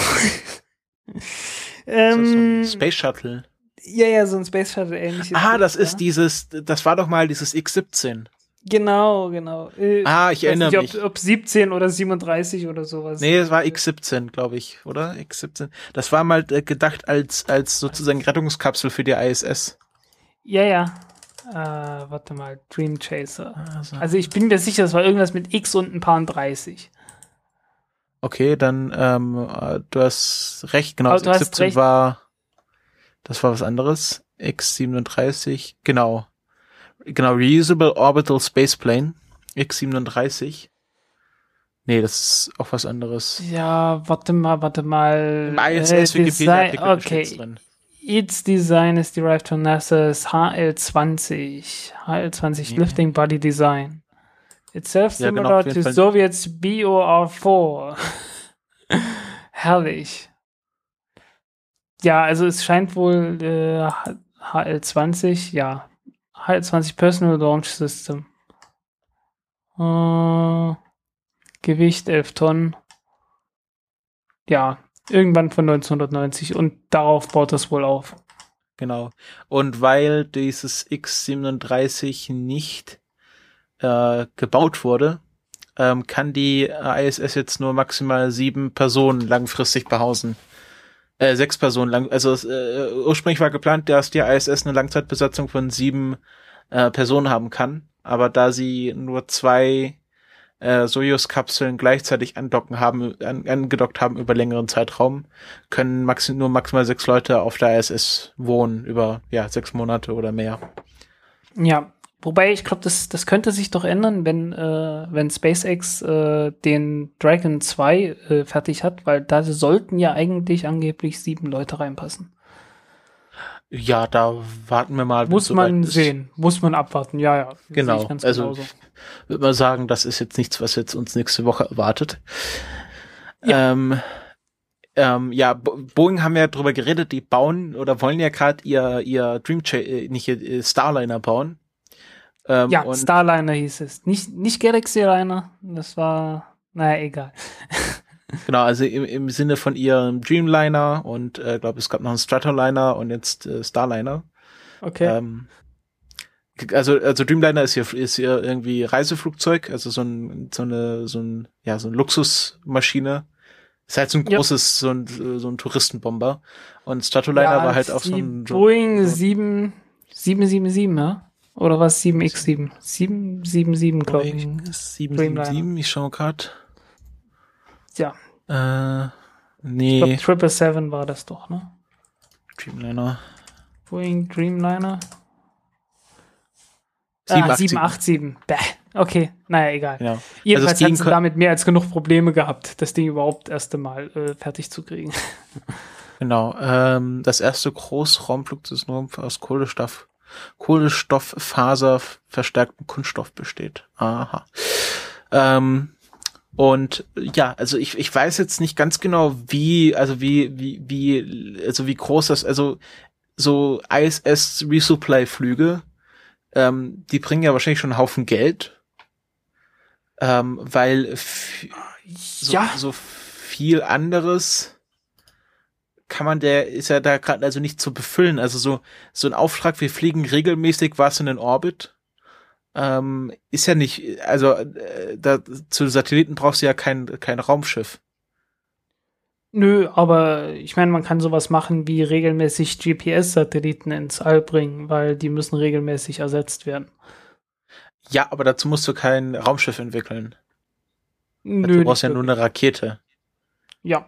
ähm, so ein Space Shuttle. Ja, ja, so ein Space Shuttle ähnliches. Ah, das ist ja. dieses, das war doch mal dieses X siebzehn. Genau, genau. Äh, ah, ich erinnere nicht, mich. Ob, ob siebzehn oder siebenunddreißig oder sowas. Nee, es war X siebzehn, glaube ich, oder? X siebzehn. Das war mal äh, gedacht als, als sozusagen Rettungskapsel für die I S S. Ja, ja. Äh, warte mal, Dream Chaser. Also. also ich bin mir sicher, das war irgendwas mit X und ein paar dreißig. Okay, dann, ähm, du hast recht, genau, das X siebzehn war... Das war was anderes. X siebenunddreißig, genau. Genau, Reusable Orbital Spaceplane. X siebenunddreißig. Nee, das ist auch was anderes. Ja, warte mal, warte mal. Im I S S-Wikipedia-Artikel okay. steht's drin. Its design is derived from NASA's H L zwanzig. H L zwanzig ja. Lifting Body Design. Itself ja, similar genau, to Sowjets B O R vier. Herrlich. Ja, also es scheint wohl äh, H L zwanzig, ja. H L zwanzig Personal Launch System. Äh, Gewicht elf Tonnen. Ja, irgendwann von neunzehnhundertneunzig und darauf baut das wohl auf. Genau. Und weil dieses X siebenunddreißig nicht äh, gebaut wurde, ähm, kann die I S S jetzt nur maximal sieben Personen langfristig behausen. Äh, sechs Personen lang, also äh, ursprünglich war geplant, dass die I S S eine Langzeitbesatzung von sieben äh, Personen haben kann, aber da sie nur zwei äh, Sojus-Kapseln gleichzeitig andocken haben, an, angedockt haben über längeren Zeitraum, können maxi- nur maximal sechs Leute auf der I S S wohnen über ja sechs Monate oder mehr. Ja, wobei ich glaube, das das könnte sich doch ändern, wenn äh, wenn SpaceX äh, den Dragon zwei äh, fertig hat, weil da sollten ja eigentlich angeblich sieben Leute reinpassen. Ja, da warten wir mal. Muss man sehen, muss man abwarten, ja, ja. Genau, also würde man sagen, das ist jetzt nichts, was jetzt uns nächste Woche erwartet. Ja, ähm, ähm, ja Bo- Boeing haben ja drüber geredet, die bauen oder wollen ja gerade ihr ihr Dream Ch- äh, nicht ihr Starliner bauen. Ähm, ja, und Starliner hieß es. Nicht, nicht Galaxy Liner. Das war, naja, egal. Genau, also im, im Sinne von ihrem Dreamliner und ich äh, glaube, es gab noch einen Stratoliner und jetzt äh, Starliner. Okay. Ähm, also, also Dreamliner ist hier, ist hier irgendwie Reiseflugzeug, also so ein, so eine, so ein, ja, so ein Luxusmaschine. Ist halt so ein großes, ja. so ein, so ein Touristenbomber. Und Stratoliner ja, war halt auch so ein, Boeing so sieben sieben sieben sieben, ja? Oder was? sieben X sieben? sieben sieben sieben, glaube ich. sieben sieben sieben, ich schau grad. Ja. Äh, nee. Ich glaube, triple seven war das doch, ne? Dreamliner. Boeing Dreamliner. Ah, sieben acht sieben. Bäh. Okay, naja, egal. Genau. Jedenfalls also hatten sie damit mehr als genug Probleme gehabt, das Ding überhaupt erst einmal äh, fertig zu kriegen. Genau. Ähm, das erste Großraumflugzeug aus Kohlenstoff, Kohlenstofffaser verstärkten Kunststoff besteht. Aha. Ähm, und ja, also ich ich weiß jetzt nicht ganz genau, wie, also wie, wie, wie, also wie groß das, also so I S S Resupply-Flüge, ähm, die bringen ja wahrscheinlich schon einen Haufen Geld, ähm, weil f- so, ja. so viel anderes kann man, der ist ja da gerade also nicht zu befüllen. Also so so ein Auftrag, wir fliegen regelmäßig was in den Orbit, ähm, ist ja nicht, also äh, da, zu Satelliten brauchst du ja kein kein Raumschiff. Nö, aber ich meine, man kann sowas machen wie regelmäßig G P S-Satelliten ins All bringen, weil die müssen regelmäßig ersetzt werden. Ja, aber dazu musst du kein Raumschiff entwickeln. Nö, du brauchst ja wirklich. nur eine Rakete. Ja.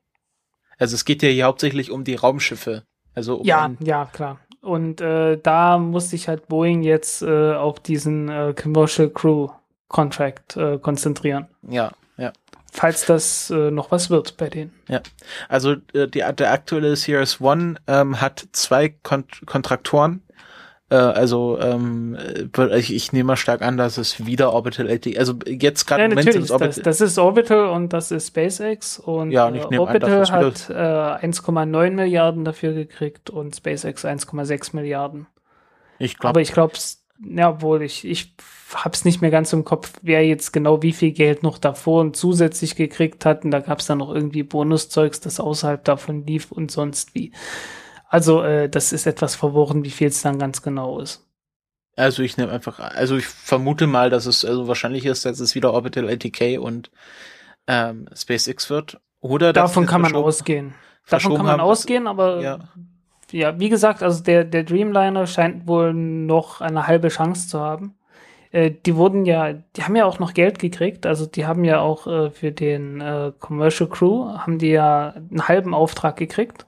Also es geht ja hier hauptsächlich um die Raumschiffe. Also um Ja, ein, ja, klar. Und äh, da muss sich halt Boeing jetzt äh, auf diesen äh, Commercial Crew Contract äh, konzentrieren. Ja, ja. Falls das äh, noch was wird bei denen. Ja, also äh, die, der aktuelle Cirrus One ähm, hat zwei Kont- Kontraktoren. Äh, also ähm, ich, ich nehme mal stark an, dass es wieder Orbital L T E, also jetzt gerade Ja, im Moment natürlich. sind es Orbital. Das, das ist Orbital und das ist SpaceX. Und Ja, und ich äh, nehme an, Orbital dass hat das äh, eins Komma neun Milliarden dafür gekriegt und SpaceX eins Komma sechs Milliarden. Ich glaub, Aber ich glaube, ja, obwohl ich, ich hab's nicht mehr ganz im Kopf, wer jetzt genau wie viel Geld noch davor und zusätzlich gekriegt hat. Und da gab's dann noch irgendwie Bonuszeugs, das außerhalb davon lief und sonst wie. Also, äh, das ist etwas verworren, wie viel es dann ganz genau ist. Also ich nehme einfach, also ich vermute mal, dass es also wahrscheinlich ist, dass es wieder Orbital L T K und ähm, SpaceX wird. Oder davon kann man ausgehen. Davon kann man haben, ausgehen, aber ja. ja, wie gesagt, also der, der Dreamliner scheint wohl noch eine halbe Chance zu haben. Äh, die wurden ja, die haben ja auch noch Geld gekriegt, also die haben ja auch äh, für den äh, Commercial Crew, haben die ja einen halben Auftrag gekriegt.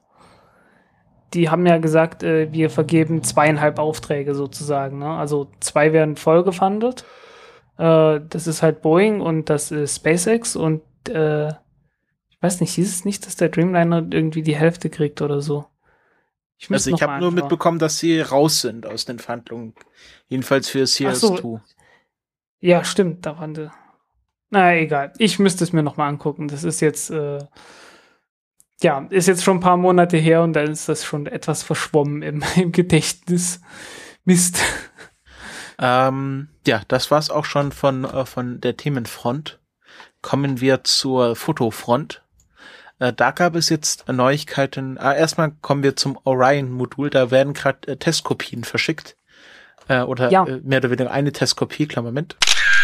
Die haben ja gesagt, äh, wir vergeben zweieinhalb Aufträge sozusagen, ne? Also zwei werden voll gefundet. Äh, das ist halt Boeing und das ist SpaceX und äh, ich weiß nicht, hieß es nicht, dass der Dreamliner irgendwie die Hälfte kriegt oder so? Ich also ich habe nur mitbekommen, dass sie raus sind aus den Verhandlungen. Jedenfalls für C S zwei. So. Ja, stimmt, da waren die. Naja, egal. Ich müsste es mir noch mal angucken. Das ist jetzt, äh, ja, ist jetzt schon ein paar Monate her und dann ist das schon etwas verschwommen im, im Gedächtnis. Mist. Ähm, ja, das war's auch schon von, äh, von der Themenfront. Kommen wir zur Fotofront. Äh, da gab es jetzt Neuigkeiten. Äh, erstmal kommen wir zum Orion-Modul. Da werden gerade äh, Testkopien verschickt. Äh, oder ja. äh, mehr oder weniger eine Testkopie. Klar, Moment.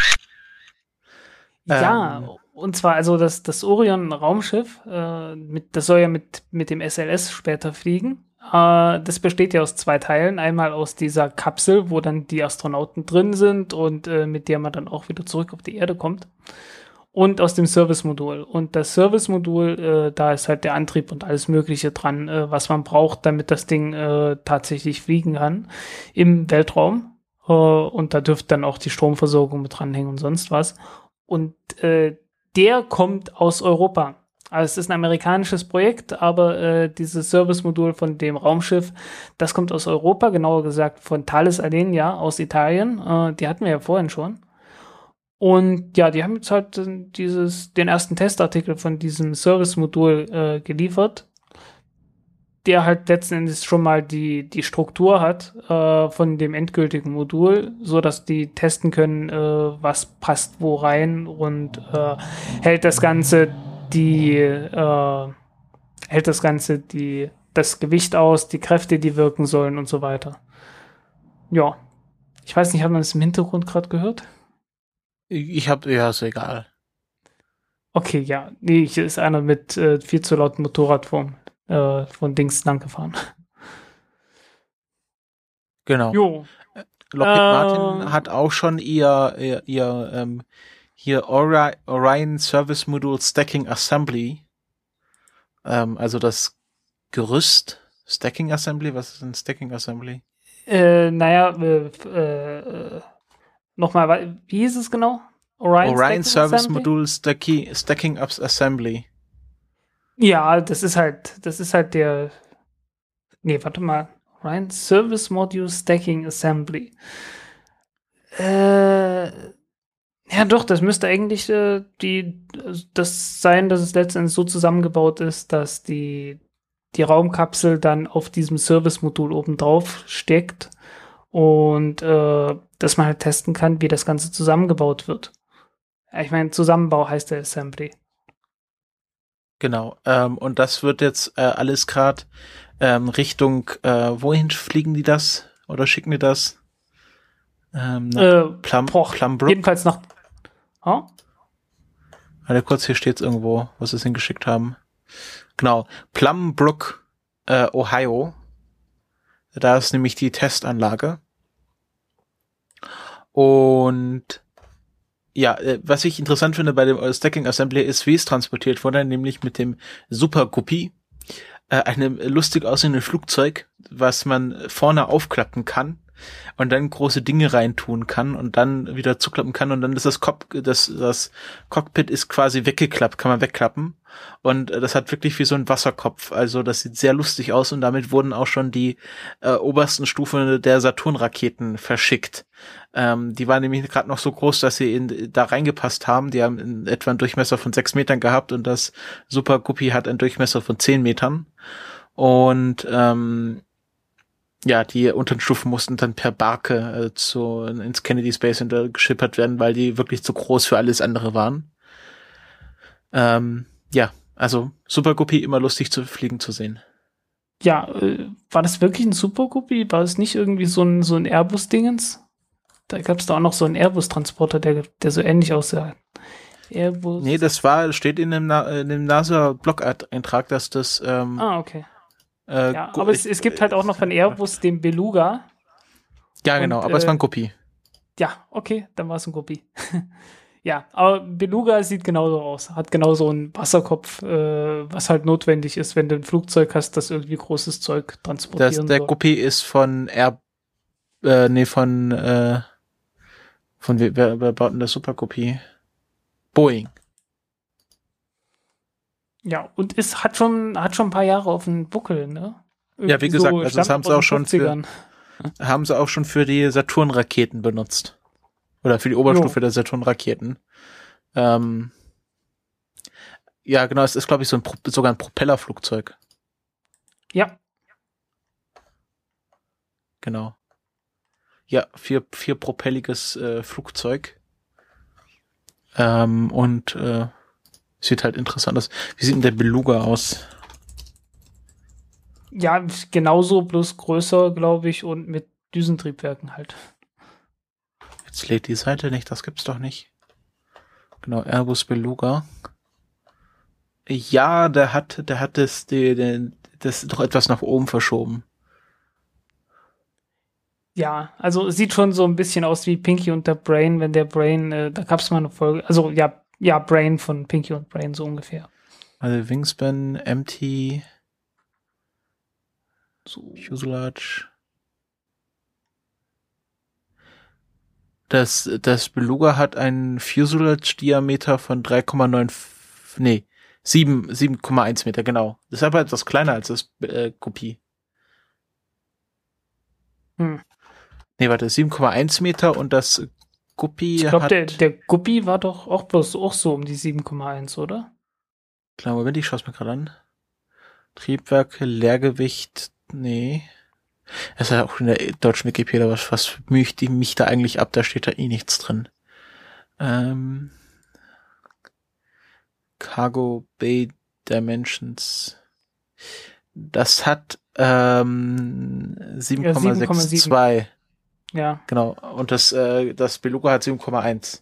Ja, ähm, und zwar also das, das Orion-Raumschiff, äh, mit, das soll ja mit, mit dem S L S später fliegen. Äh, das besteht ja aus zwei Teilen. Einmal aus dieser Kapsel, wo dann die Astronauten drin sind und äh, mit der man dann auch wieder zurück auf die Erde kommt. Und aus dem Service-Modul. Und das Service-Modul, äh, da ist halt der Antrieb und alles Mögliche dran, äh, was man braucht, damit das Ding äh, tatsächlich fliegen kann im Weltraum. Äh, und da dürfte dann auch die Stromversorgung mit dranhängen und sonst was. Und äh, der kommt aus Europa. Also es ist ein amerikanisches Projekt, aber äh, dieses Service-Modul von dem Raumschiff, das kommt aus Europa, genauer gesagt von Thales Alenia aus Italien. Äh, die hatten wir ja vorhin schon. Und ja, die haben jetzt halt dieses, den ersten Testartikel von diesem Service-Modul äh, geliefert, der halt letzten Endes schon mal die, die Struktur hat äh, von dem endgültigen Modul, so dass die testen können, äh, was passt wo rein und äh, hält das Ganze die, äh, hält das Ganze die, das Gewicht aus, die Kräfte, die wirken sollen und so weiter. Ja. Ich weiß nicht, hat man das im Hintergrund gerade gehört? Ich hab, ja, ist egal. Okay, ja. Nee, hier ist einer mit äh, viel zu lauten Motorrad vom, äh, von Dings lang gefahren. Genau. Jo. Lockheed äh, Martin hat auch schon ihr, ihr, ihr ähm, hier Ori- Orion Service Module Stacking Assembly, ähm, also das Gerüst, Stacking Assembly? Was ist ein Stacking Assembly? Äh, naja, äh, äh, nochmal, wie hieß es genau? Orion, Orion Service Assembly? Module Stacking, Stacking Ups Assembly. Ja, das ist halt, das ist halt der, nee, warte mal, Orion Service Module Stacking Assembly. Äh, ja doch, das müsste eigentlich äh, die, das sein, dass es letztendlich so zusammengebaut ist, dass die, die Raumkapsel dann auf diesem Service-Modul oben drauf steckt und äh, dass man halt testen kann, wie das Ganze zusammengebaut wird. Ich meine, Zusammenbau heißt der Assembly. Genau, ähm, und das wird jetzt äh, alles gerade ähm, Richtung, äh, wohin fliegen die das? Oder schicken die das? Ähm, äh, Plum, boah, Plumbrook? Jedenfalls nach... Oh? Warte kurz, hier steht es irgendwo, wo sie es hingeschickt haben. Genau, Plumbrook, äh, Ohio. Da ist nämlich die Testanlage. Und ja, was ich interessant finde bei dem Stacking Assembly ist, wie es transportiert wurde, nämlich mit dem Super Guppy, äh, einem lustig aussehenden Flugzeug, was man vorne aufklappen kann und dann große Dinge reintun kann und dann wieder zuklappen kann und dann ist das, Cop- das, das Cockpit ist quasi weggeklappt, kann man wegklappen und äh, das hat wirklich wie so ein Wasserkopf, also das sieht sehr lustig aus und damit wurden auch schon die äh, obersten Stufen der Saturn-Raketen verschickt. Ähm, die waren nämlich gerade noch so groß, dass sie in, da reingepasst haben. Die haben in etwa einen Durchmesser von sechs Metern gehabt und das Super Guppy hat einen Durchmesser von zehn Metern. Und ähm, ja, die unteren Stufen mussten dann per Barke äh, zu, ins Kennedy Space Center geschippert werden, weil die wirklich zu groß für alles andere waren. Ähm, ja, also Super Guppy immer lustig zu fliegen zu sehen. Ja, äh, war das wirklich ein Super Guppy? War es nicht irgendwie so ein, so ein Airbus-Dingens? Da gab es da auch noch so einen Airbus-Transporter, der, der so ähnlich aussah. Airbus. Nee, das war, steht in dem, Na- in dem NASA-Blog-Eintrag, dass das ähm, Ah, okay. Äh, ja, aber es, es gibt halt auch noch von Airbus den Beluga. Ja, genau, und, aber äh, es war ein Guppy. Ja, okay, dann war es ein Guppy. Ja, aber Beluga sieht genauso aus. Hat genauso einen Wasserkopf, äh, was halt notwendig ist, wenn du ein Flugzeug hast, das irgendwie großes Zeug transportieren das, der soll. Guppy ist von Air, äh, nee, von, äh, von, wer, wer baut denn das Super Guppy? Boeing. Ja, und es hat schon, hat schon ein paar Jahre auf dem Buckel, ne? Irgendwie ja, wie gesagt, so also das haben sie auch schon für, haben sie auch schon für die Saturn-Raketen benutzt. Oder für die Oberstufe jo. der Saturn-Raketen. Ähm, ja, genau, es ist, glaube ich, so ein, sogar ein Propellerflugzeug. Ja. Genau. Ja, vier, vier propelliges äh, Flugzeug. Ähm, und äh, sieht halt interessant aus. Wie sieht denn der Beluga aus? Ja, genauso, bloß größer, glaube ich, und mit Düsentriebwerken halt. Jetzt lädt die Seite nicht, das gibt's doch nicht. Genau, Airbus Beluga. Ja, der hat, der hat das, die, die, das doch etwas nach oben verschoben. Ja, also sieht schon so ein bisschen aus wie Pinky und der Brain, wenn der Brain, äh, da gab's mal eine Folge, also ja, ja, Brain von Pinky und Brain, so ungefähr. Also Wingspan, Empty, so. Fuselage. Das, das Beluga hat einen Fuselage-Diameter von drei Komma neun, nee, sieben Komma eins Meter, genau. Das ist aber etwas kleiner als das äh, Guppy. Hm. Nee, warte, sieben Komma eins Meter und das Guppy ich glaub, hat... Der, der Guppy war doch auch bloß auch so um die sieben Komma eins, oder? Klar, Moment, ich schaue es mir gerade an. Triebwerke, Leergewicht, nee... Es ist ja auch in der deutschen Wikipedia, was, was möchte ich mich da eigentlich ab, da steht da eh nichts drin. Ähm, Cargo Bay Dimensions. Das hat ähm, sieben Komma zwei. Ja. Genau. Und das, äh, das Beluga hat sieben Komma eins.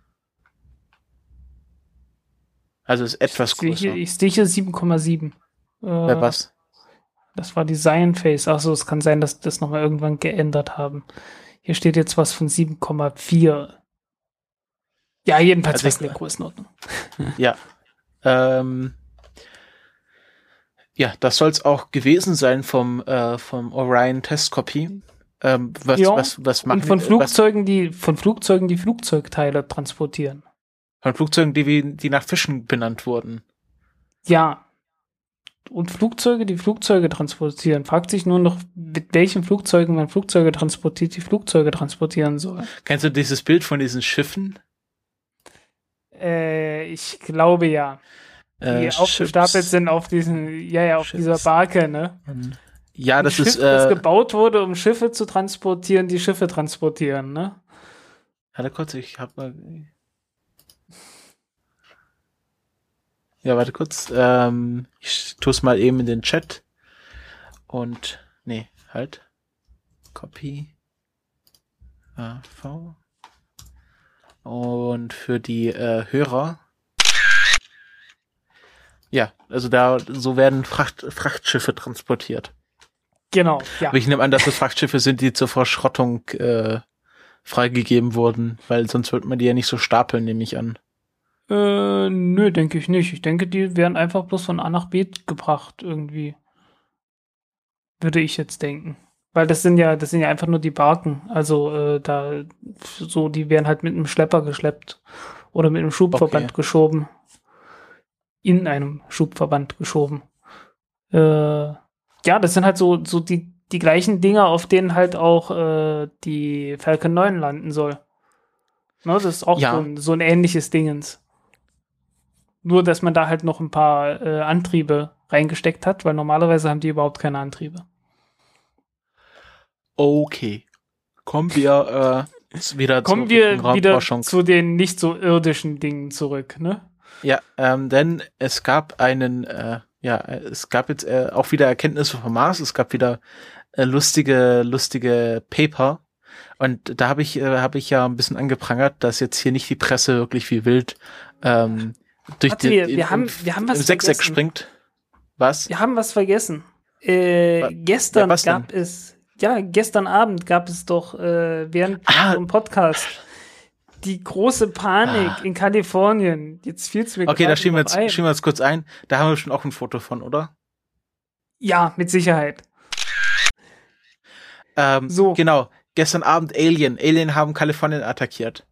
Also ist etwas ich größer. Hier, ich sehe hier sieben Komma sieben. Äh, ja, was? Das war Design Phase. Achso, es kann sein, dass die das nochmal irgendwann geändert haben. Hier steht jetzt was von sieben Komma vier. Ja, jedenfalls also was in der Größenordnung. Ja. Ähm, Ja, das soll es auch gewesen sein vom, äh, vom Orion Testkopie. Ähm, was, ja. was, was machen Und von die, Flugzeugen, was, die von Flugzeugen, die Flugzeugteile transportieren. Von Flugzeugen, die, die nach Fischen benannt wurden. Ja. Und Flugzeuge, die Flugzeuge transportieren. Fragt sich nur noch, mit welchen Flugzeugen man Flugzeuge transportiert, die Flugzeuge transportieren soll. Kennst du dieses Bild von diesen Schiffen? Äh, ich glaube ja. Die Äh, aufgestapelt Chips. sind auf diesen, ja, ja, auf Chips. dieser Barke, ne? Ja, das Ein ist, Schiff, das äh, gebaut wurde, um Schiffe zu transportieren, die Schiffe transportieren, ne? warte kurz, ich hab mal, ja, warte kurz, ähm, ich tue es mal eben in den Chat und, nee, halt, Copy, A V und für die äh, Hörer, ja, also da, so werden Fracht, Frachtschiffe transportiert. Genau, ja. Aber ich nehme an, dass das Frachtschiffe sind, die zur Verschrottung äh, freigegeben wurden, weil sonst würde man die ja nicht so stapeln, nehme ich an. Äh, nö, denke ich nicht. Ich denke, die werden einfach bloß von A nach B gebracht, irgendwie. Würde ich jetzt denken. Weil das sind ja, das sind ja einfach nur die Barken. Also, äh, da, so, die werden halt mit einem Schlepper geschleppt. Oder mit einem Schubverband Okay. geschoben. In einem Schubverband geschoben. Äh, ja, das sind halt so, so die, die gleichen Dinger, auf denen halt auch äh, die Falcon neun landen soll. Ne, das ist auch Ja. so, ein, so ein ähnliches Dingens. Nur, dass man da halt noch ein paar äh, Antriebe reingesteckt hat, weil normalerweise haben die überhaupt keine Antriebe. Okay. Kommen wir äh, wieder Kommen zur wir wieder Raumforschung. zu den nicht so irdischen Dingen zurück, ne? Ja, ähm, denn es gab einen, äh, ja, es gab jetzt äh, auch wieder Erkenntnisse vom Mars, es gab wieder äh, lustige, lustige Paper. Und da habe ich, äh, habe ich ja ein bisschen angeprangert, dass jetzt hier nicht die Presse wirklich wie wild ähm, durch Warte, die, wir- in- wir haben- im, wir haben was im Sechseck vergessen. springt. Was? Wir haben was vergessen. Äh, Wa- gestern ja, was gab denn? es, ja, gestern Abend gab es doch äh, während Ah. unserem Podcast die große Panik Ah. in Kalifornien. Jetzt fiel es mir Okay, da gerade schieben wir noch jetzt, ein. schieben wir jetzt kurz ein. Da haben wir schon auch ein Foto von, oder? Ja, mit Sicherheit. Ähm, So. Genau. Gestern Abend Alien. Alien haben Kalifornien attackiert.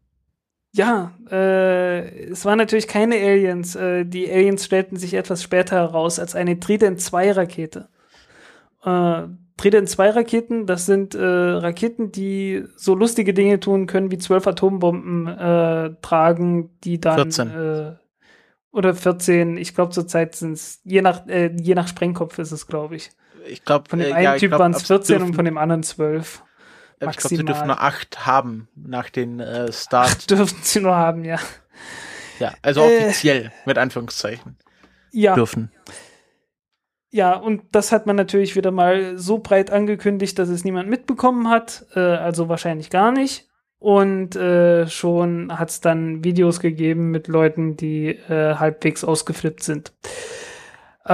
Ja, äh, es waren natürlich keine Aliens. Äh, die Aliens stellten sich etwas später heraus als eine Trident zwei Rakete. Äh, Trident zwei Raketen, das sind äh, Raketen, die so lustige Dinge tun können, wie zwölf Atombomben äh, tragen, die dann vierzehn. Äh, oder vierzehn, ich glaube zurzeit sind es, je nach, äh, je nach Sprengkopf ist es, glaube ich. Ich glaube, Von dem äh, einen ja, ich Typ glaub, waren es ab- vierzehn dürfen, und von dem anderen zwölf. Ich glaube, sie maximal. dürfen nur acht haben nach den äh, Start. Dürfen sie nur haben, ja. Ja, also Äh. offiziell, mit Anführungszeichen, Ja. dürfen. Ja, und das hat man natürlich wieder mal so breit angekündigt, dass es niemand mitbekommen hat, äh, also wahrscheinlich gar nicht. Und äh, schon hat es dann Videos gegeben mit Leuten, die äh, halbwegs ausgeflippt sind. Äh,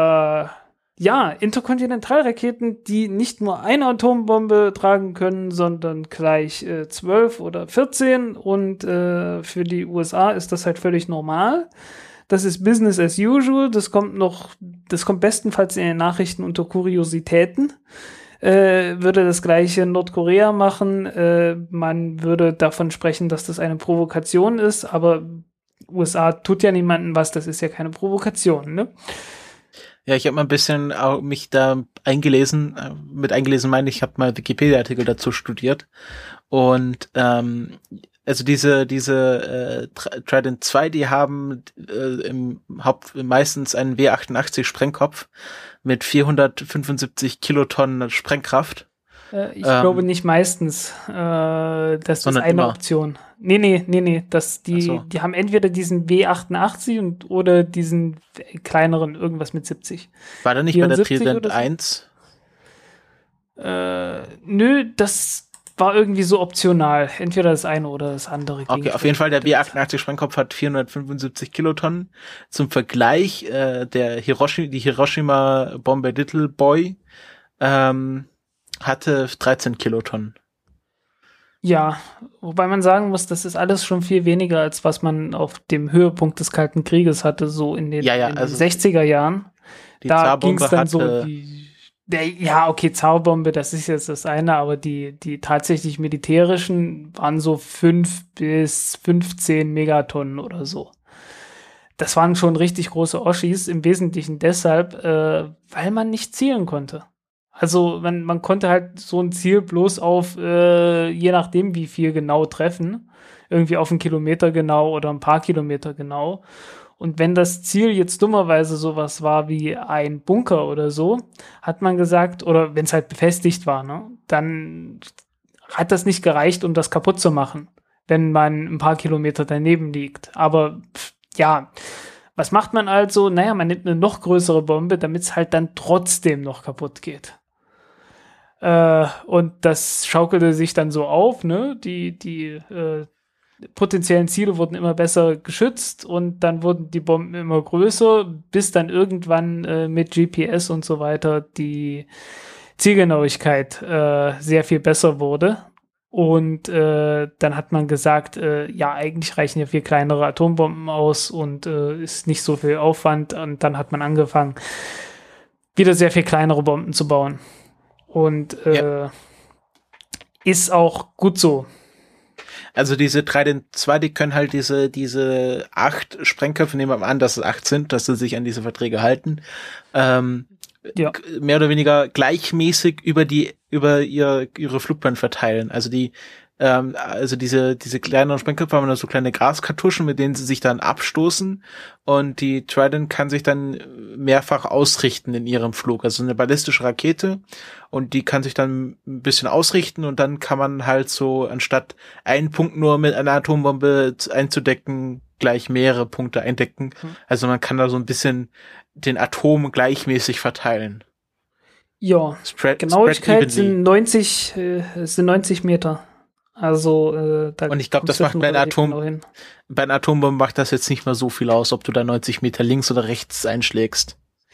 ja, Interkontinentalraketen, die nicht nur eine Atombombe tragen können, sondern gleich äh, zwölf oder vierzehn. Und äh, für die U S A ist das halt völlig normal. Das ist Business as usual. Das kommt noch, das kommt bestenfalls in den Nachrichten unter Kuriositäten. Äh, würde das gleiche in Nordkorea machen. Äh, man würde davon sprechen, dass das eine Provokation ist, aber U S A tut ja niemandem was, das ist ja keine Provokation, ne? Ja, ich habe mal ein bisschen auch mich da eingelesen, äh, mit eingelesen meine ich, ich habe mal Wikipedia-Artikel dazu studiert und ähm, also diese diese äh, Tr- Trident zwei, die haben äh, im Haupt meistens einen W achtundachtzig Sprengkopf mit vierhundertfünfundsiebzig Kilotonnen Sprengkraft. Äh, ich Ähm, glaube nicht meistens. Äh, das ist sondern eine immer. Option. Nee, nee, nee, nee. Das, die, Ach so. die haben entweder diesen W achtundachtzig und, oder diesen kleineren, irgendwas mit siebzig. War da nicht bei der vierundsiebzig Trident oder so? eins? Äh, nö, das war irgendwie so optional. Entweder das eine oder das andere. ging Okay, auf schon. jeden Fall, der W achtundachtzig Sprengkopf hat vierhundertfünfundsiebzig Kilotonnen. Zum Vergleich, äh, der Hiroshi, die Hiroshima-Bombe Little Boy ähm, hatte dreizehn Kilotonnen. Ja, wobei man sagen muss, das ist alles schon viel weniger, als was man auf dem Höhepunkt des Kalten Krieges hatte, so in den, Ja, ja, in also- den sechziger Jahren. Die da ging es dann hatte, so, die, der, ja, okay, Zauberbombe, das ist jetzt das eine, aber die, die tatsächlich militärischen waren so fünf bis fünfzehn Megatonnen oder so. Das waren schon richtig große Oschis, im Wesentlichen deshalb, äh, weil man nicht zielen konnte. Also man, man konnte halt so ein Ziel bloß auf, äh, je nachdem wie viel genau treffen, irgendwie auf einen Kilometer genau oder ein paar Kilometer genau. Und wenn das Ziel jetzt dummerweise sowas war wie ein Bunker oder so, hat man gesagt, oder wenn es halt befestigt war, ne, dann hat das nicht gereicht, um das kaputt zu machen, wenn man ein paar Kilometer daneben liegt. Aber pff, ja, was macht man also? Naja, man nimmt eine noch größere Bombe, damit es halt dann trotzdem noch kaputt geht. Äh, und das schaukelte sich dann so auf, ne? Die, die äh, potenziellen Ziele wurden immer besser geschützt und dann wurden die Bomben immer größer, bis dann irgendwann äh, mit G P S und so weiter die Zielgenauigkeit äh, sehr viel besser wurde. Und äh, dann hat man gesagt, äh, ja, eigentlich reichen ja viel kleinere Atombomben aus und äh, ist nicht so viel Aufwand. Und dann hat man angefangen, wieder sehr viel kleinere Bomben zu bauen. Und äh, ja. Ist auch gut so. Also diese Trident zwei, die können halt diese diese acht Sprengköpfe, nehmen wir an, dass es acht sind, dass sie sich an diese Verträge halten, ähm, ja. mehr oder weniger gleichmäßig über die über ihr ihre Flugbahn verteilen. Also die ähm, also diese diese kleineren Sprengköpfe haben dann so kleine Graskartuschen, mit denen sie sich dann abstoßen, und die Trident kann sich dann mehrfach ausrichten in ihrem Flug. Also eine ballistische Rakete, und die kann sich dann ein bisschen ausrichten, und dann kann man halt so, anstatt einen Punkt nur mit einer Atombombe einzudecken, gleich mehrere Punkte eindecken. Mhm. Also man kann da so ein bisschen den Atom gleichmäßig verteilen. Ja, Spread, Genauigkeit sind neunzig, äh, sind neunzig Meter. Also, äh, da und ich glaube, das macht bei einer Atom, genau bei einer Atombombe macht das jetzt nicht mal so viel aus, ob du da neunzig Meter links oder rechts einschlägst.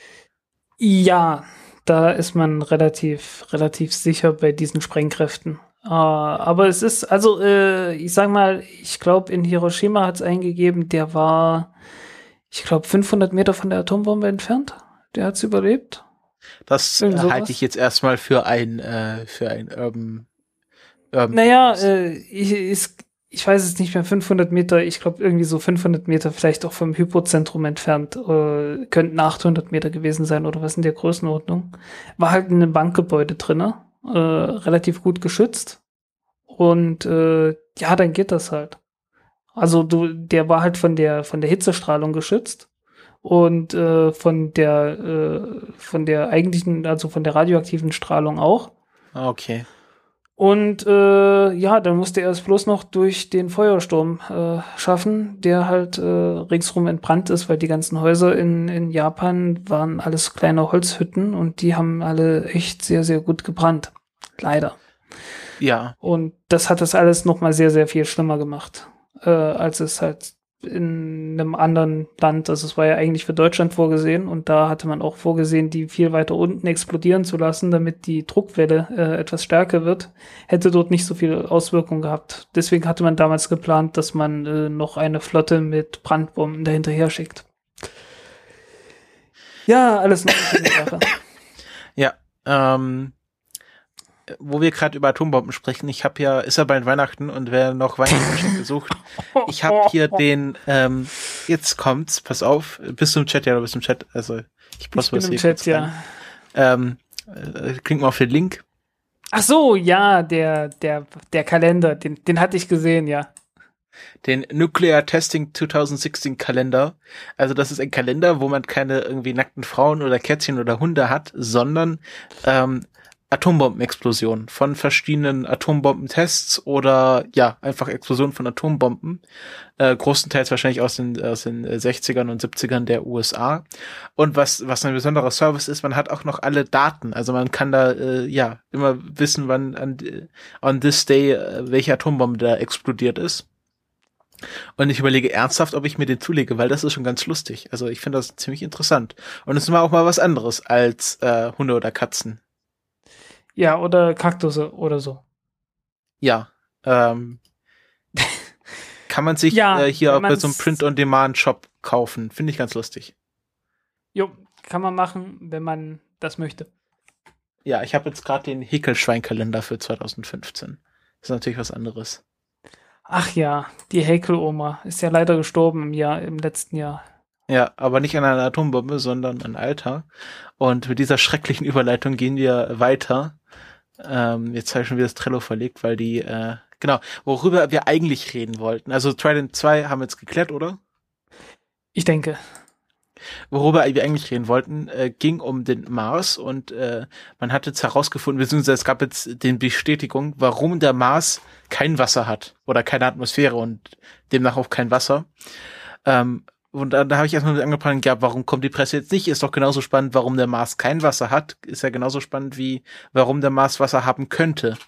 Ja, da ist man relativ, relativ sicher bei diesen Sprengkräften. Uh, aber es ist, also, äh, ich sag mal, ich glaube, in Hiroshima hat es eingegeben, der war, ich glaube, fünfhundert Meter von der Atombombe entfernt. Der hat es überlebt. Das äh, halte ich jetzt erstmal für ein, äh, für ein Urban. Urban naja, äh, ich, ist, ich weiß es nicht mehr, fünfhundert Meter, ich glaube irgendwie so fünfhundert Meter, vielleicht auch vom Hypozentrum entfernt, äh, könnten achthundert Meter gewesen sein oder was in der Größenordnung. War halt in einem Bankgebäude drin, äh, relativ gut geschützt, und äh, ja, dann geht das halt. Also du, der war halt von der von der Hitzestrahlung geschützt und äh, von der äh, von der eigentlichen, also von der radioaktiven Strahlung auch. Okay. Und äh, ja, dann musste er es bloß noch durch den Feuersturm äh, schaffen, der halt äh, ringsrum entbrannt ist, weil die ganzen Häuser in, in Japan waren alles kleine Holzhütten und die haben alle echt sehr, sehr gut gebrannt. Leider. Ja. Und das hat das alles nochmal sehr, sehr viel schlimmer gemacht, äh, als es halt in einem anderen Land, also es war ja eigentlich für Deutschland vorgesehen, und da hatte man auch vorgesehen, die viel weiter unten explodieren zu lassen, damit die Druckwelle äh, etwas stärker wird, hätte dort nicht so viel Auswirkung gehabt. Deswegen hatte man damals geplant, dass man äh, noch eine Flotte mit Brandbomben dahinterher schickt. Ja, alles noch eine Sache. Ja, ähm, wo wir gerade über Atombomben sprechen, ich habe ja, ist ja bald Weihnachten, und wer noch Weihnachtsgeschenke sucht, ich habe hier den, ähm, jetzt kommt's, pass auf, bist du im Chat, ja, du bist im Chat, also ich poste was hier. Ich bin im Chat, ja. Ähm, äh, klingt mal auf den Link. Ach so, ja, der, der, der Kalender, den, den hatte ich gesehen, ja. Den Nuclear Testing zwanzig sechzehn Kalender. Also das ist ein Kalender, wo man keine irgendwie nackten Frauen oder Kätzchen oder Hunde hat, sondern ähm, Atombombenexplosionen von verschiedenen Atombombentests oder ja, einfach Explosionen von Atombomben. Äh, großenteils wahrscheinlich aus den aus den sechzigern und siebzigern der U S A. Und was was ein besonderer Service ist, man hat auch noch alle Daten. Also man kann da äh, ja immer wissen, wann an on this day äh, welche Atombombe da explodiert ist. Und ich überlege ernsthaft, ob ich mir den zulege, weil das ist schon ganz lustig. Also ich finde das ziemlich interessant. Und es ist mal auch mal was anderes als äh, Hunde oder Katzen. Ja, oder Kaktusse oder so. Ja, ähm, kann man sich ja, äh, hier bei so einem Print-on-Demand-Shop kaufen. Finde ich ganz lustig. Jo, kann man machen, wenn man das möchte. Ja, ich habe jetzt gerade den Häkelschweinkalender für zwanzig fünfzehn. Das ist natürlich was anderes. Ach ja, die Häkeloma ist ja leider gestorben im Jahr, im letzten Jahr. Ja, aber nicht an einer Atombombe, sondern an Alter. Und mit dieser schrecklichen Überleitung gehen wir weiter. Ähm, jetzt habe ich schon wieder das Trello verlegt, weil die, äh, genau, worüber wir eigentlich reden wollten. Also Trident zwei haben wir jetzt geklärt, oder? Ich denke. Worüber wir eigentlich reden wollten, äh, ging um den Mars und äh, man hat jetzt herausgefunden, beziehungsweise es gab jetzt die Bestätigung, warum der Mars kein Wasser hat oder keine Atmosphäre und demnach auch kein Wasser. Ähm, und da, da habe ich erstmal mit angefangen, ja, warum kommt die Presse jetzt nicht? Ist doch genauso spannend, warum der Mars kein Wasser hat. Ist ja genauso spannend wie, warum der Mars Wasser haben könnte.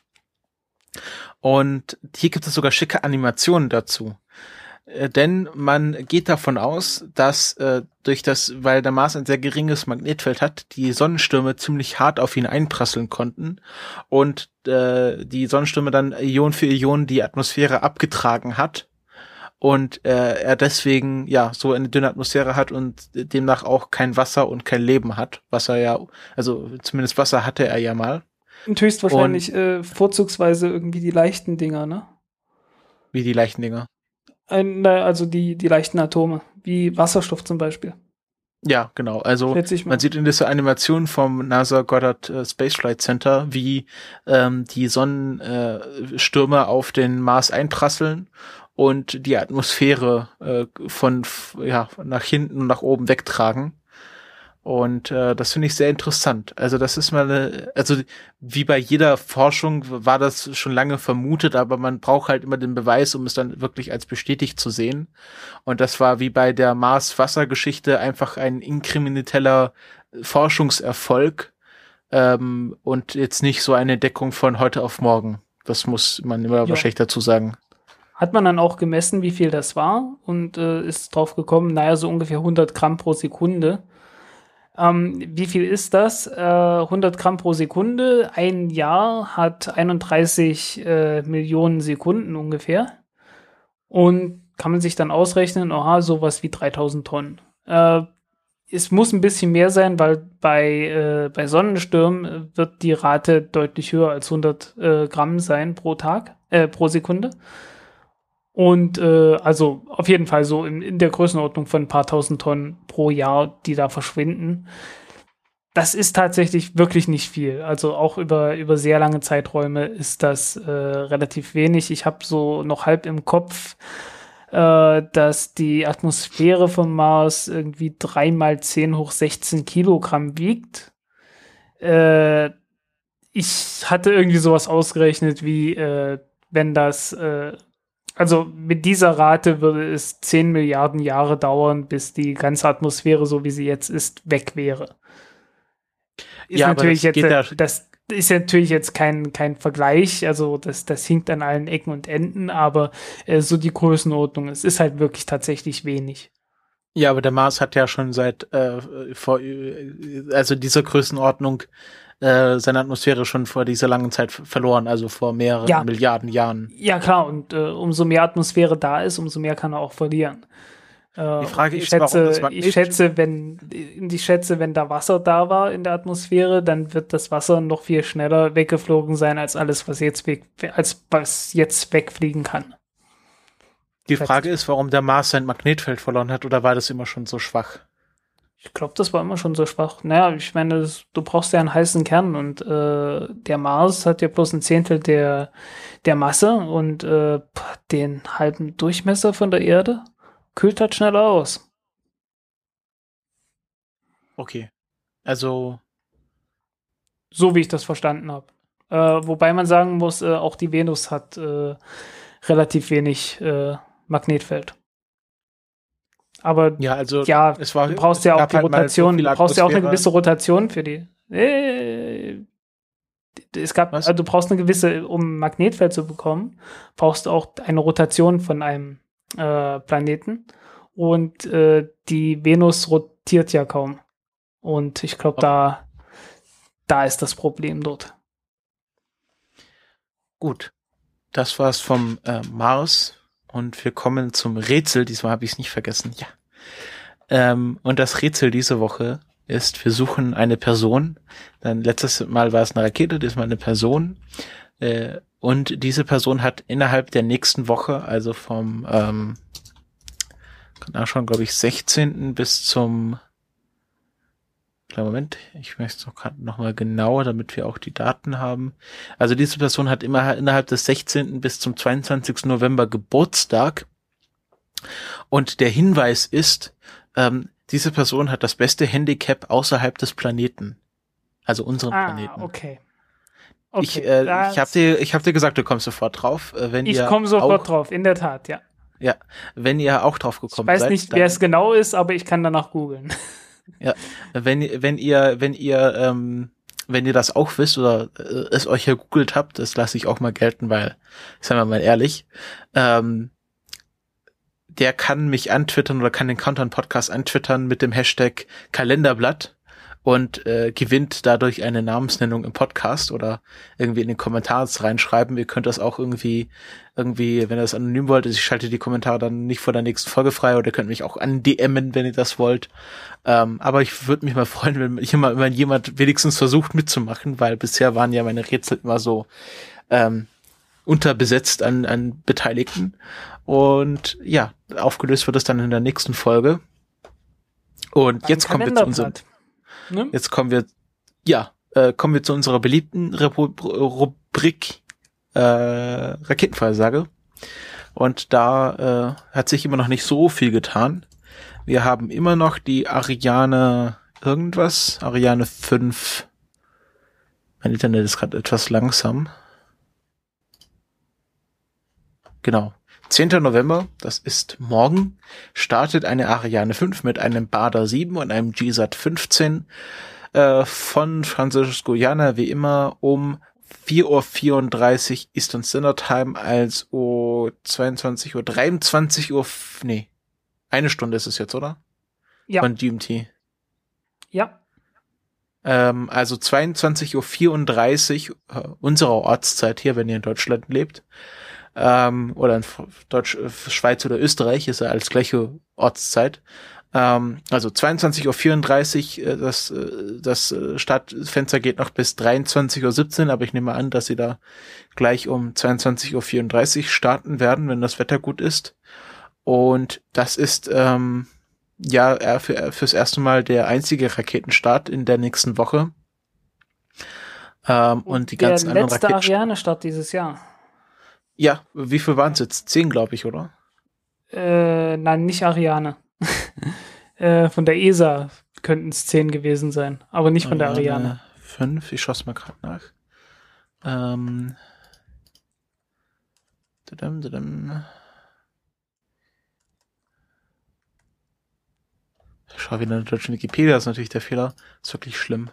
Und hier gibt es sogar schicke Animationen dazu. Denn man geht davon aus, dass äh, durch das, weil der Mars ein sehr geringes Magnetfeld hat, die Sonnenstürme ziemlich hart auf ihn einprasseln konnten und äh, die Sonnenstürme dann Ion für Ion die Atmosphäre abgetragen hat und äh, er deswegen ja so eine dünne Atmosphäre hat und demnach auch kein Wasser und kein Leben hat, was er ja, also zumindest Wasser hatte er ja mal. Und höchstwahrscheinlich und, äh, vorzugsweise irgendwie die leichten Dinger, ne? Wie die leichten Dinger? Ein, also die, die leichten Atome, wie Wasserstoff zum Beispiel. Ja, genau. Also man sieht in dieser Animation vom NASA Goddard äh, Space Flight Center, wie ähm, die Sonnenstürme äh, auf den Mars einprasseln und die Atmosphäre äh, von ja nach hinten und nach oben wegtragen. Und äh, das finde ich sehr interessant. Also das ist mal eine, also wie bei jeder Forschung war das schon lange vermutet, aber man braucht halt immer den Beweis, um es dann wirklich als bestätigt zu sehen. Und das war wie bei der Mars-Wasser-Geschichte einfach ein inkrementeller Forschungserfolg ähm, und jetzt nicht so eine Entdeckung von heute auf morgen. Das muss man immer ja. wahrscheinlich dazu sagen. Hat man dann auch gemessen, wie viel das war und äh, ist drauf gekommen, naja, so ungefähr hundert Gramm pro Sekunde. Ähm, wie viel ist das? Äh, hundert Gramm pro Sekunde. Ein Jahr hat einunddreißig äh, Millionen Sekunden ungefähr. Und kann man sich dann ausrechnen, aha, sowas wie dreitausend Tonnen. Äh, es muss ein bisschen mehr sein, weil bei, äh, bei Sonnenstürmen wird die Rate deutlich höher als hundert äh, Gramm sein pro Tag, äh, pro Sekunde. Und äh, also auf jeden Fall so in, in der Größenordnung von ein paar tausend Tonnen pro Jahr, die da verschwinden. Das ist tatsächlich wirklich nicht viel. Also auch über, über sehr lange Zeiträume ist das äh, relativ wenig. Ich habe so noch halb im Kopf, äh, dass die Atmosphäre vom Mars irgendwie drei mal zehn hoch sechzehn Kilogramm wiegt. Äh, ich hatte irgendwie sowas ausgerechnet, wie äh, wenn das äh, Also mit dieser Rate würde es zehn Milliarden Jahre dauern, bis die ganze Atmosphäre, so wie sie jetzt ist, weg wäre. Ist ja, natürlich das, jetzt, ja das ist natürlich jetzt kein, kein Vergleich, also das, das hinkt an allen Ecken und Enden, aber äh, so die Größenordnung, es ist halt wirklich tatsächlich wenig. Ja, aber der Mars hat ja schon seit äh, vor, also dieser Größenordnung äh, seine Atmosphäre schon vor dieser langen Zeit verloren, also vor mehreren ja. Milliarden Jahren. Ja, klar, und äh, umso mehr Atmosphäre da ist, umso mehr kann er auch verlieren. Äh, Die Frage ich ist, schätze, warum das Magnet- ich schätze, wenn ich schätze, wenn da Wasser da war in der Atmosphäre, dann wird das Wasser noch viel schneller weggeflogen sein als alles, was jetzt weg, als was jetzt wegfliegen kann. Die Frage ist, warum der Mars sein Magnetfeld verloren hat, oder war das immer schon so schwach? Ich glaube, das war immer schon so schwach. Naja, ich meine, das, du brauchst ja einen heißen Kern und äh, der Mars hat ja bloß ein Zehntel der, der Masse und äh, den halben Durchmesser von der Erde kühlt halt schneller aus. Okay. Also so wie ich das verstanden habe. Äh, wobei man sagen muss, äh, auch die Venus hat äh, relativ wenig äh, Magnetfeld. Aber ja, also ja, es war, du brauchst ja auch die halt Rotation, so du brauchst ja auch eine gewisse Rotation für die. Äh, es gab, also du brauchst eine gewisse, um ein Magnetfeld zu bekommen, brauchst du auch eine Rotation von einem äh, Planeten. Und äh, die Venus rotiert ja kaum. Und ich glaube, da, da ist das Problem dort. Gut. Das war's vom äh, Mars. Und wir kommen zum Rätsel. Diesmal habe ich es nicht vergessen. Ja. Ähm, und das Rätsel diese Woche ist, wir suchen eine Person. Dann letztes Mal war es eine Rakete, diesmal eine Person. Äh, und diese Person hat innerhalb der nächsten Woche, also vom, ähm, kann auch schon, glaube ich, sechzehnten bis zum, kleinen Moment, ich möchte es noch gerade nochmal genauer, damit wir auch die Daten haben. Also diese Person hat immer innerhalb des sechzehnten bis zum zweiundzwanzigsten November Geburtstag. Und der Hinweis ist, ähm, diese Person hat das beste Handicap außerhalb des Planeten. Also unseren ah, Planeten. okay. okay ich äh, ich habe dir, ich hab dir gesagt, du kommst sofort drauf. Äh, wenn ich ihr komme sofort auch, drauf, in der Tat, ja. Ja, wenn ihr auch drauf gekommen seid. Ich weiß seid, nicht, wer es genau ist, aber ich kann danach googeln. Ja, wenn, wenn ihr, wenn ihr, ähm, wenn ihr das auch wisst oder äh, es euch gegoogelt habt, das lasse ich auch mal gelten, weil, sagen wir mal ehrlich, ähm, der kann mich antwittern oder kann den Countdown-Podcast antwittern mit dem Hashtag Kalenderblatt und äh, gewinnt dadurch eine Namensnennung im Podcast oder irgendwie in den Kommentaren reinschreiben. Ihr könnt das auch irgendwie, irgendwie, wenn ihr das anonym wollt, ich schalte die Kommentare dann nicht vor der nächsten Folge frei oder ihr könnt mich auch an-D M'en, wenn ihr das wollt. Ähm, aber ich würde mich mal freuen, wenn immer, wenn jemand wenigstens versucht mitzumachen, weil bisher waren ja meine Rätsel immer so ähm, unterbesetzt an, an Beteiligten. Und ja, aufgelöst wird es dann in der nächsten Folge. Und Ein jetzt kommen wir zu unserem, ne? jetzt kommen wir, ja, äh, kommen wir zu unserer beliebten Repu- Rubrik äh, Raketenvorhersage. Und da äh, hat sich immer noch nicht so viel getan. Wir haben immer noch die Ariane irgendwas, Ariane fünf. Mein Internet ist gerade etwas langsam. Genau. zehnten November, das ist morgen, startet eine Ariane fünf mit einem Baader sieben und einem G SAT fünfzehn äh, von Französisch-Guyana, wie immer, um vier Uhr vierunddreißig Eastern Standard Time, als um zweiundzwanzig Uhr, dreiundzwanzig Uhr, nee, eine Stunde ist es jetzt, oder? Ja. Von G M T. Ja. Ähm, also zweiundzwanzig Uhr vierunddreißig äh, unserer Ortszeit hier, wenn ihr in Deutschland lebt. Ähm, oder in Deutsch, Schweiz oder Österreich, ist ja alles gleiche Ortszeit. Ähm, also zweiundzwanzig Uhr vierunddreißig, äh, das, äh, das Startfenster geht noch bis dreiundzwanzig Uhr siebzehn, aber ich nehme an, dass sie da gleich um zweiundzwanzig Uhr vierunddreißig starten werden, wenn das Wetter gut ist. Und das ist ähm, ja für, fürs erste Mal der einzige Raketenstart in der nächsten Woche. Ähm, und, und die ganzen anderen Raketen. Der letzte Ariane-Start dieses Jahr. Ja, wie viel waren es jetzt? Zehn, glaube ich, oder? Äh, nein, nicht Ariane. äh, von der E S A könnten es zehn gewesen sein, aber nicht von Ariane der Ariane. Fünf, ich schaue es mal gerade nach. Ähm. Dadam, dadam. Ich schaue wieder in der deutschen Wikipedia, das ist natürlich der Fehler. Das ist wirklich schlimm.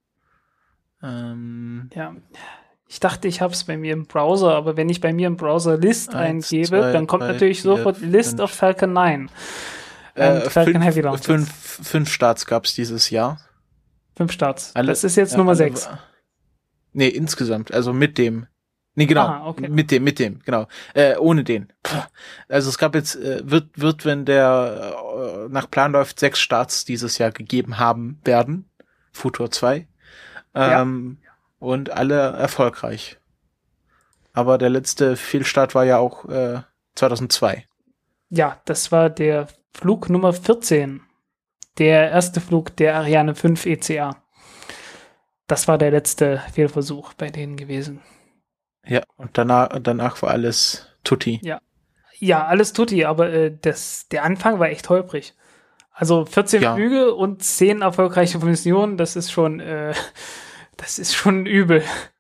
Ähm. Ja. Ich dachte, ich habe es bei mir im Browser, aber wenn ich bei mir im Browser List Eins, eingebe, zwei, dann kommt drei, natürlich vier, sofort List fünf. of Falcon neun. Äh, Falcon fünf, Heavy Launches. fünf, fünf Starts gab es dieses Jahr. Fünf Starts. Alle, das ist jetzt ja, Nummer alle, sechs. Nee, insgesamt, also mit dem. Nee, genau. Aha, okay. Mit dem, mit dem, genau. Äh, ohne den. Puh. Also es gab jetzt, äh, wird, wird, wenn der äh, nach Plan läuft, sechs Starts dieses Jahr gegeben haben werden. Futur zwei. Ähm, ja. Und alle erfolgreich. Aber der letzte Fehlstart war ja auch äh, zweitausendzwei. Ja, das war der Flug Nummer vierzehn. Der erste Flug der Ariane fünf E C A. Das war der letzte Fehlversuch bei denen gewesen. Ja, und danach, danach war alles tutti. Ja, ja, alles tutti, aber äh, das, der Anfang war echt holprig. Also vierzehn ja. Flüge und zehn erfolgreiche Missionen, das ist schon, äh, das ist schon übel.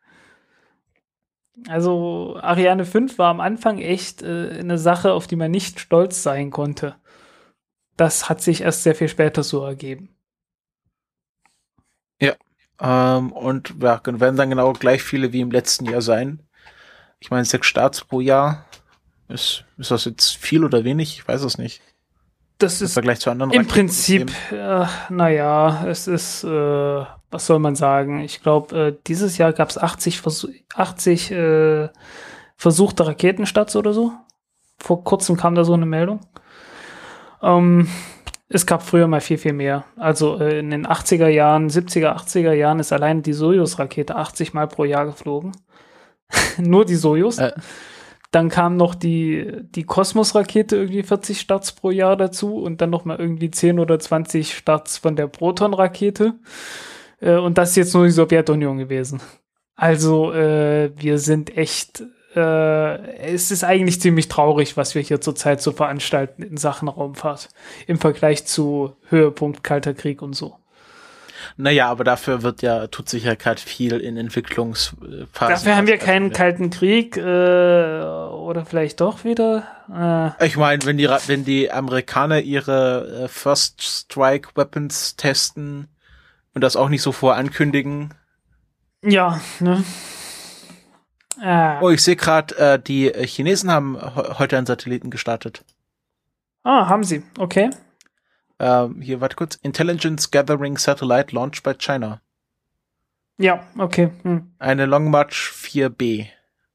Also Ariane fünf war am Anfang echt äh, eine Sache, auf die man nicht stolz sein konnte. Das hat sich erst sehr viel später so ergeben. Ja, ähm, und ja, werden dann genau gleich viele wie im letzten Jahr sein. Ich meine, sechs Starts pro Jahr. Ist, ist das jetzt viel oder wenig? Ich weiß es nicht. Das ist im Vergleich zu anderen im Prinzip, äh, naja, es ist, äh, was soll man sagen? Ich glaube, äh, dieses Jahr gab es achtzig, Versuch, achtzig äh, versuchte Raketenstarts oder so. Vor kurzem kam da so eine Meldung. Ähm, Es gab früher mal viel, viel mehr. Also äh, in den achtziger Jahren, siebziger, achtziger Jahren ist allein die Sojus-Rakete achtzig Mal pro Jahr geflogen. Nur die Sojus. Äh. Dann kam noch die, die Kosmos-Rakete, irgendwie vierzig Starts pro Jahr dazu und dann noch mal irgendwie zehn oder zwanzig Starts von der Proton-Rakete. Äh, und das ist jetzt nur die Sowjetunion gewesen. Also äh, wir sind echt, äh, es ist eigentlich ziemlich traurig, was wir hier zurzeit so veranstalten in Sachen Raumfahrt im Vergleich zu Höhepunkt Kalter Krieg und so. Naja, aber dafür wird ja, tut sich ja gerade viel in Entwicklungsphasen. Dafür haben wir keinen Kalten Krieg, äh, oder vielleicht doch wieder. Äh. Ich meine, wenn die, wenn die Amerikaner ihre äh, First Strike Weapons testen und das auch nicht so vorankündigen. Ja, ne? Äh. Oh, ich sehe gerade, äh, die Chinesen haben he- heute einen Satelliten gestartet. Ah, haben sie, okay. Ähm, hier, warte kurz. Intelligence Gathering Satellite launched by China. Ja, okay. Hm. Eine Long March vier B.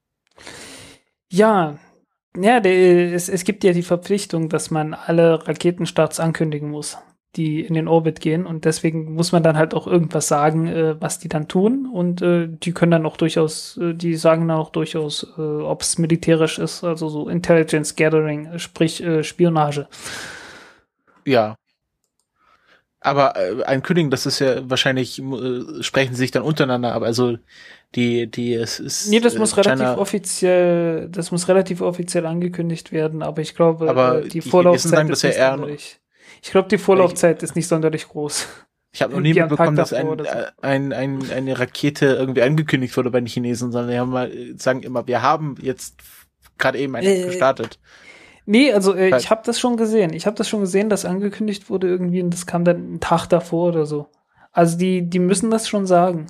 Ja, ja, der, es, es gibt ja die Verpflichtung, dass man alle Raketenstarts ankündigen muss, die in den Orbit gehen. Und deswegen muss man dann halt auch irgendwas sagen, äh, was die dann tun. Und äh, die können dann auch durchaus, äh, die sagen dann auch durchaus, äh, ob es militärisch ist, also so Intelligence Gathering, sprich äh, Spionage. Ja. Aber äh, ankündigen, das ist ja wahrscheinlich, äh, sprechen sie sich dann untereinander, aber also die, die, es ist. Nee, das muss äh, relativ China, offiziell, das muss relativ offiziell angekündigt werden, aber ich glaube, aber äh, die, die Vorlaufzeit sagen, ist dass nicht ja eher sonderlich. Ich glaube, die Vorlaufzeit ich, ist nicht sonderlich groß. Ich habe noch nie mitbekommen, dass ein, so. ein, ein, eine Rakete irgendwie angekündigt wurde bei den Chinesen, sondern die haben mal, sagen immer, wir haben jetzt gerade eben eine äh, gestartet. Nee, also äh, ich habe das schon gesehen. Ich habe das schon gesehen, dass angekündigt wurde irgendwie und das kam dann einen Tag davor oder so. Also die, die müssen das schon sagen.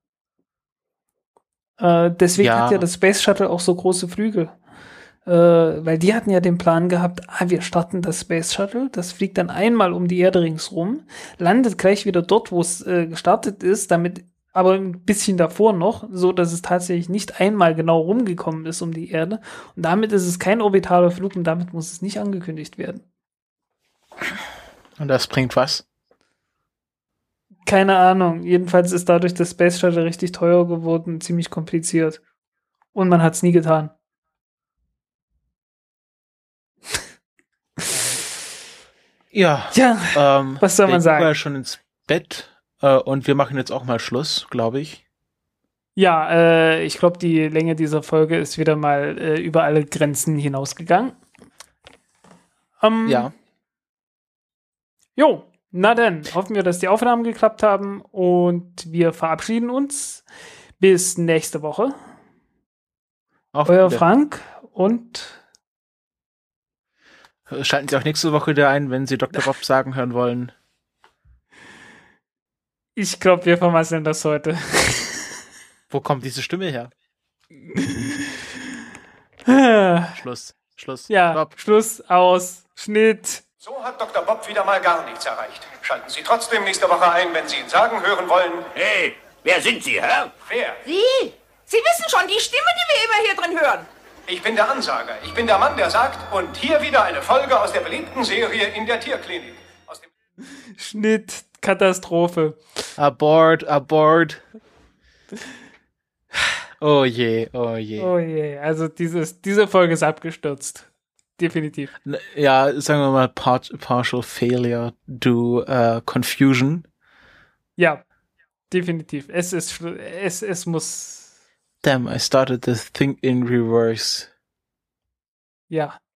Äh, deswegen ja. hat ja das Space Shuttle auch so große Flügel. Äh, weil die hatten ja den Plan gehabt, ah, wir starten das Space Shuttle, das fliegt dann einmal um die Erde ringsrum, landet gleich wieder dort, wo es äh, gestartet ist, damit aber ein bisschen davor noch, so dass es tatsächlich nicht einmal genau rumgekommen ist um die Erde. Und damit ist es kein orbitaler Flug und damit muss es nicht angekündigt werden. Und das bringt was? Keine Ahnung. Jedenfalls ist dadurch das Space Shuttle richtig teuer geworden, ziemlich kompliziert. Und man hat es nie getan. Ja. Ja, ähm, was soll man sagen? Ich war schon ins Bett. Und wir machen jetzt auch mal Schluss, glaube ich. Ja, äh, ich glaube, die Länge dieser Folge ist wieder mal äh, über alle Grenzen hinausgegangen. Um, ja. Jo, na dann, hoffen wir, dass die Aufnahmen geklappt haben und wir verabschieden uns. Bis nächste Woche. Auf Euer wieder. Frank und schalten Sie auch nächste Woche wieder ein, wenn Sie Doktor Bob sagen hören wollen. Ich glaube, wir vermasseln das heute. Wo kommt diese Stimme her? Schluss. Schluss. Ja, Stopp. Schluss, aus, Schnitt. So hat Doktor Bob wieder mal gar nichts erreicht. Schalten Sie trotzdem nächste Woche ein, wenn Sie ihn sagen hören wollen. Hey, wer sind Sie, Herr? Wer? Sie? Sie wissen schon, die Stimme, die wir immer hier drin hören. Ich bin der Ansager. Ich bin der Mann, der sagt, und hier wieder eine Folge aus der beliebten Serie in der Tierklinik. Aus dem Schnitt, Katastrophe. Abort, abort. Oh je, oh je. Oh je, also dieses, diese Folge ist abgestürzt. Definitiv. Ja, sagen wir mal part, partial failure due uh, confusion. Ja, definitiv. Es ist, es, es muss. Damn, I started this thing in reverse. Ja.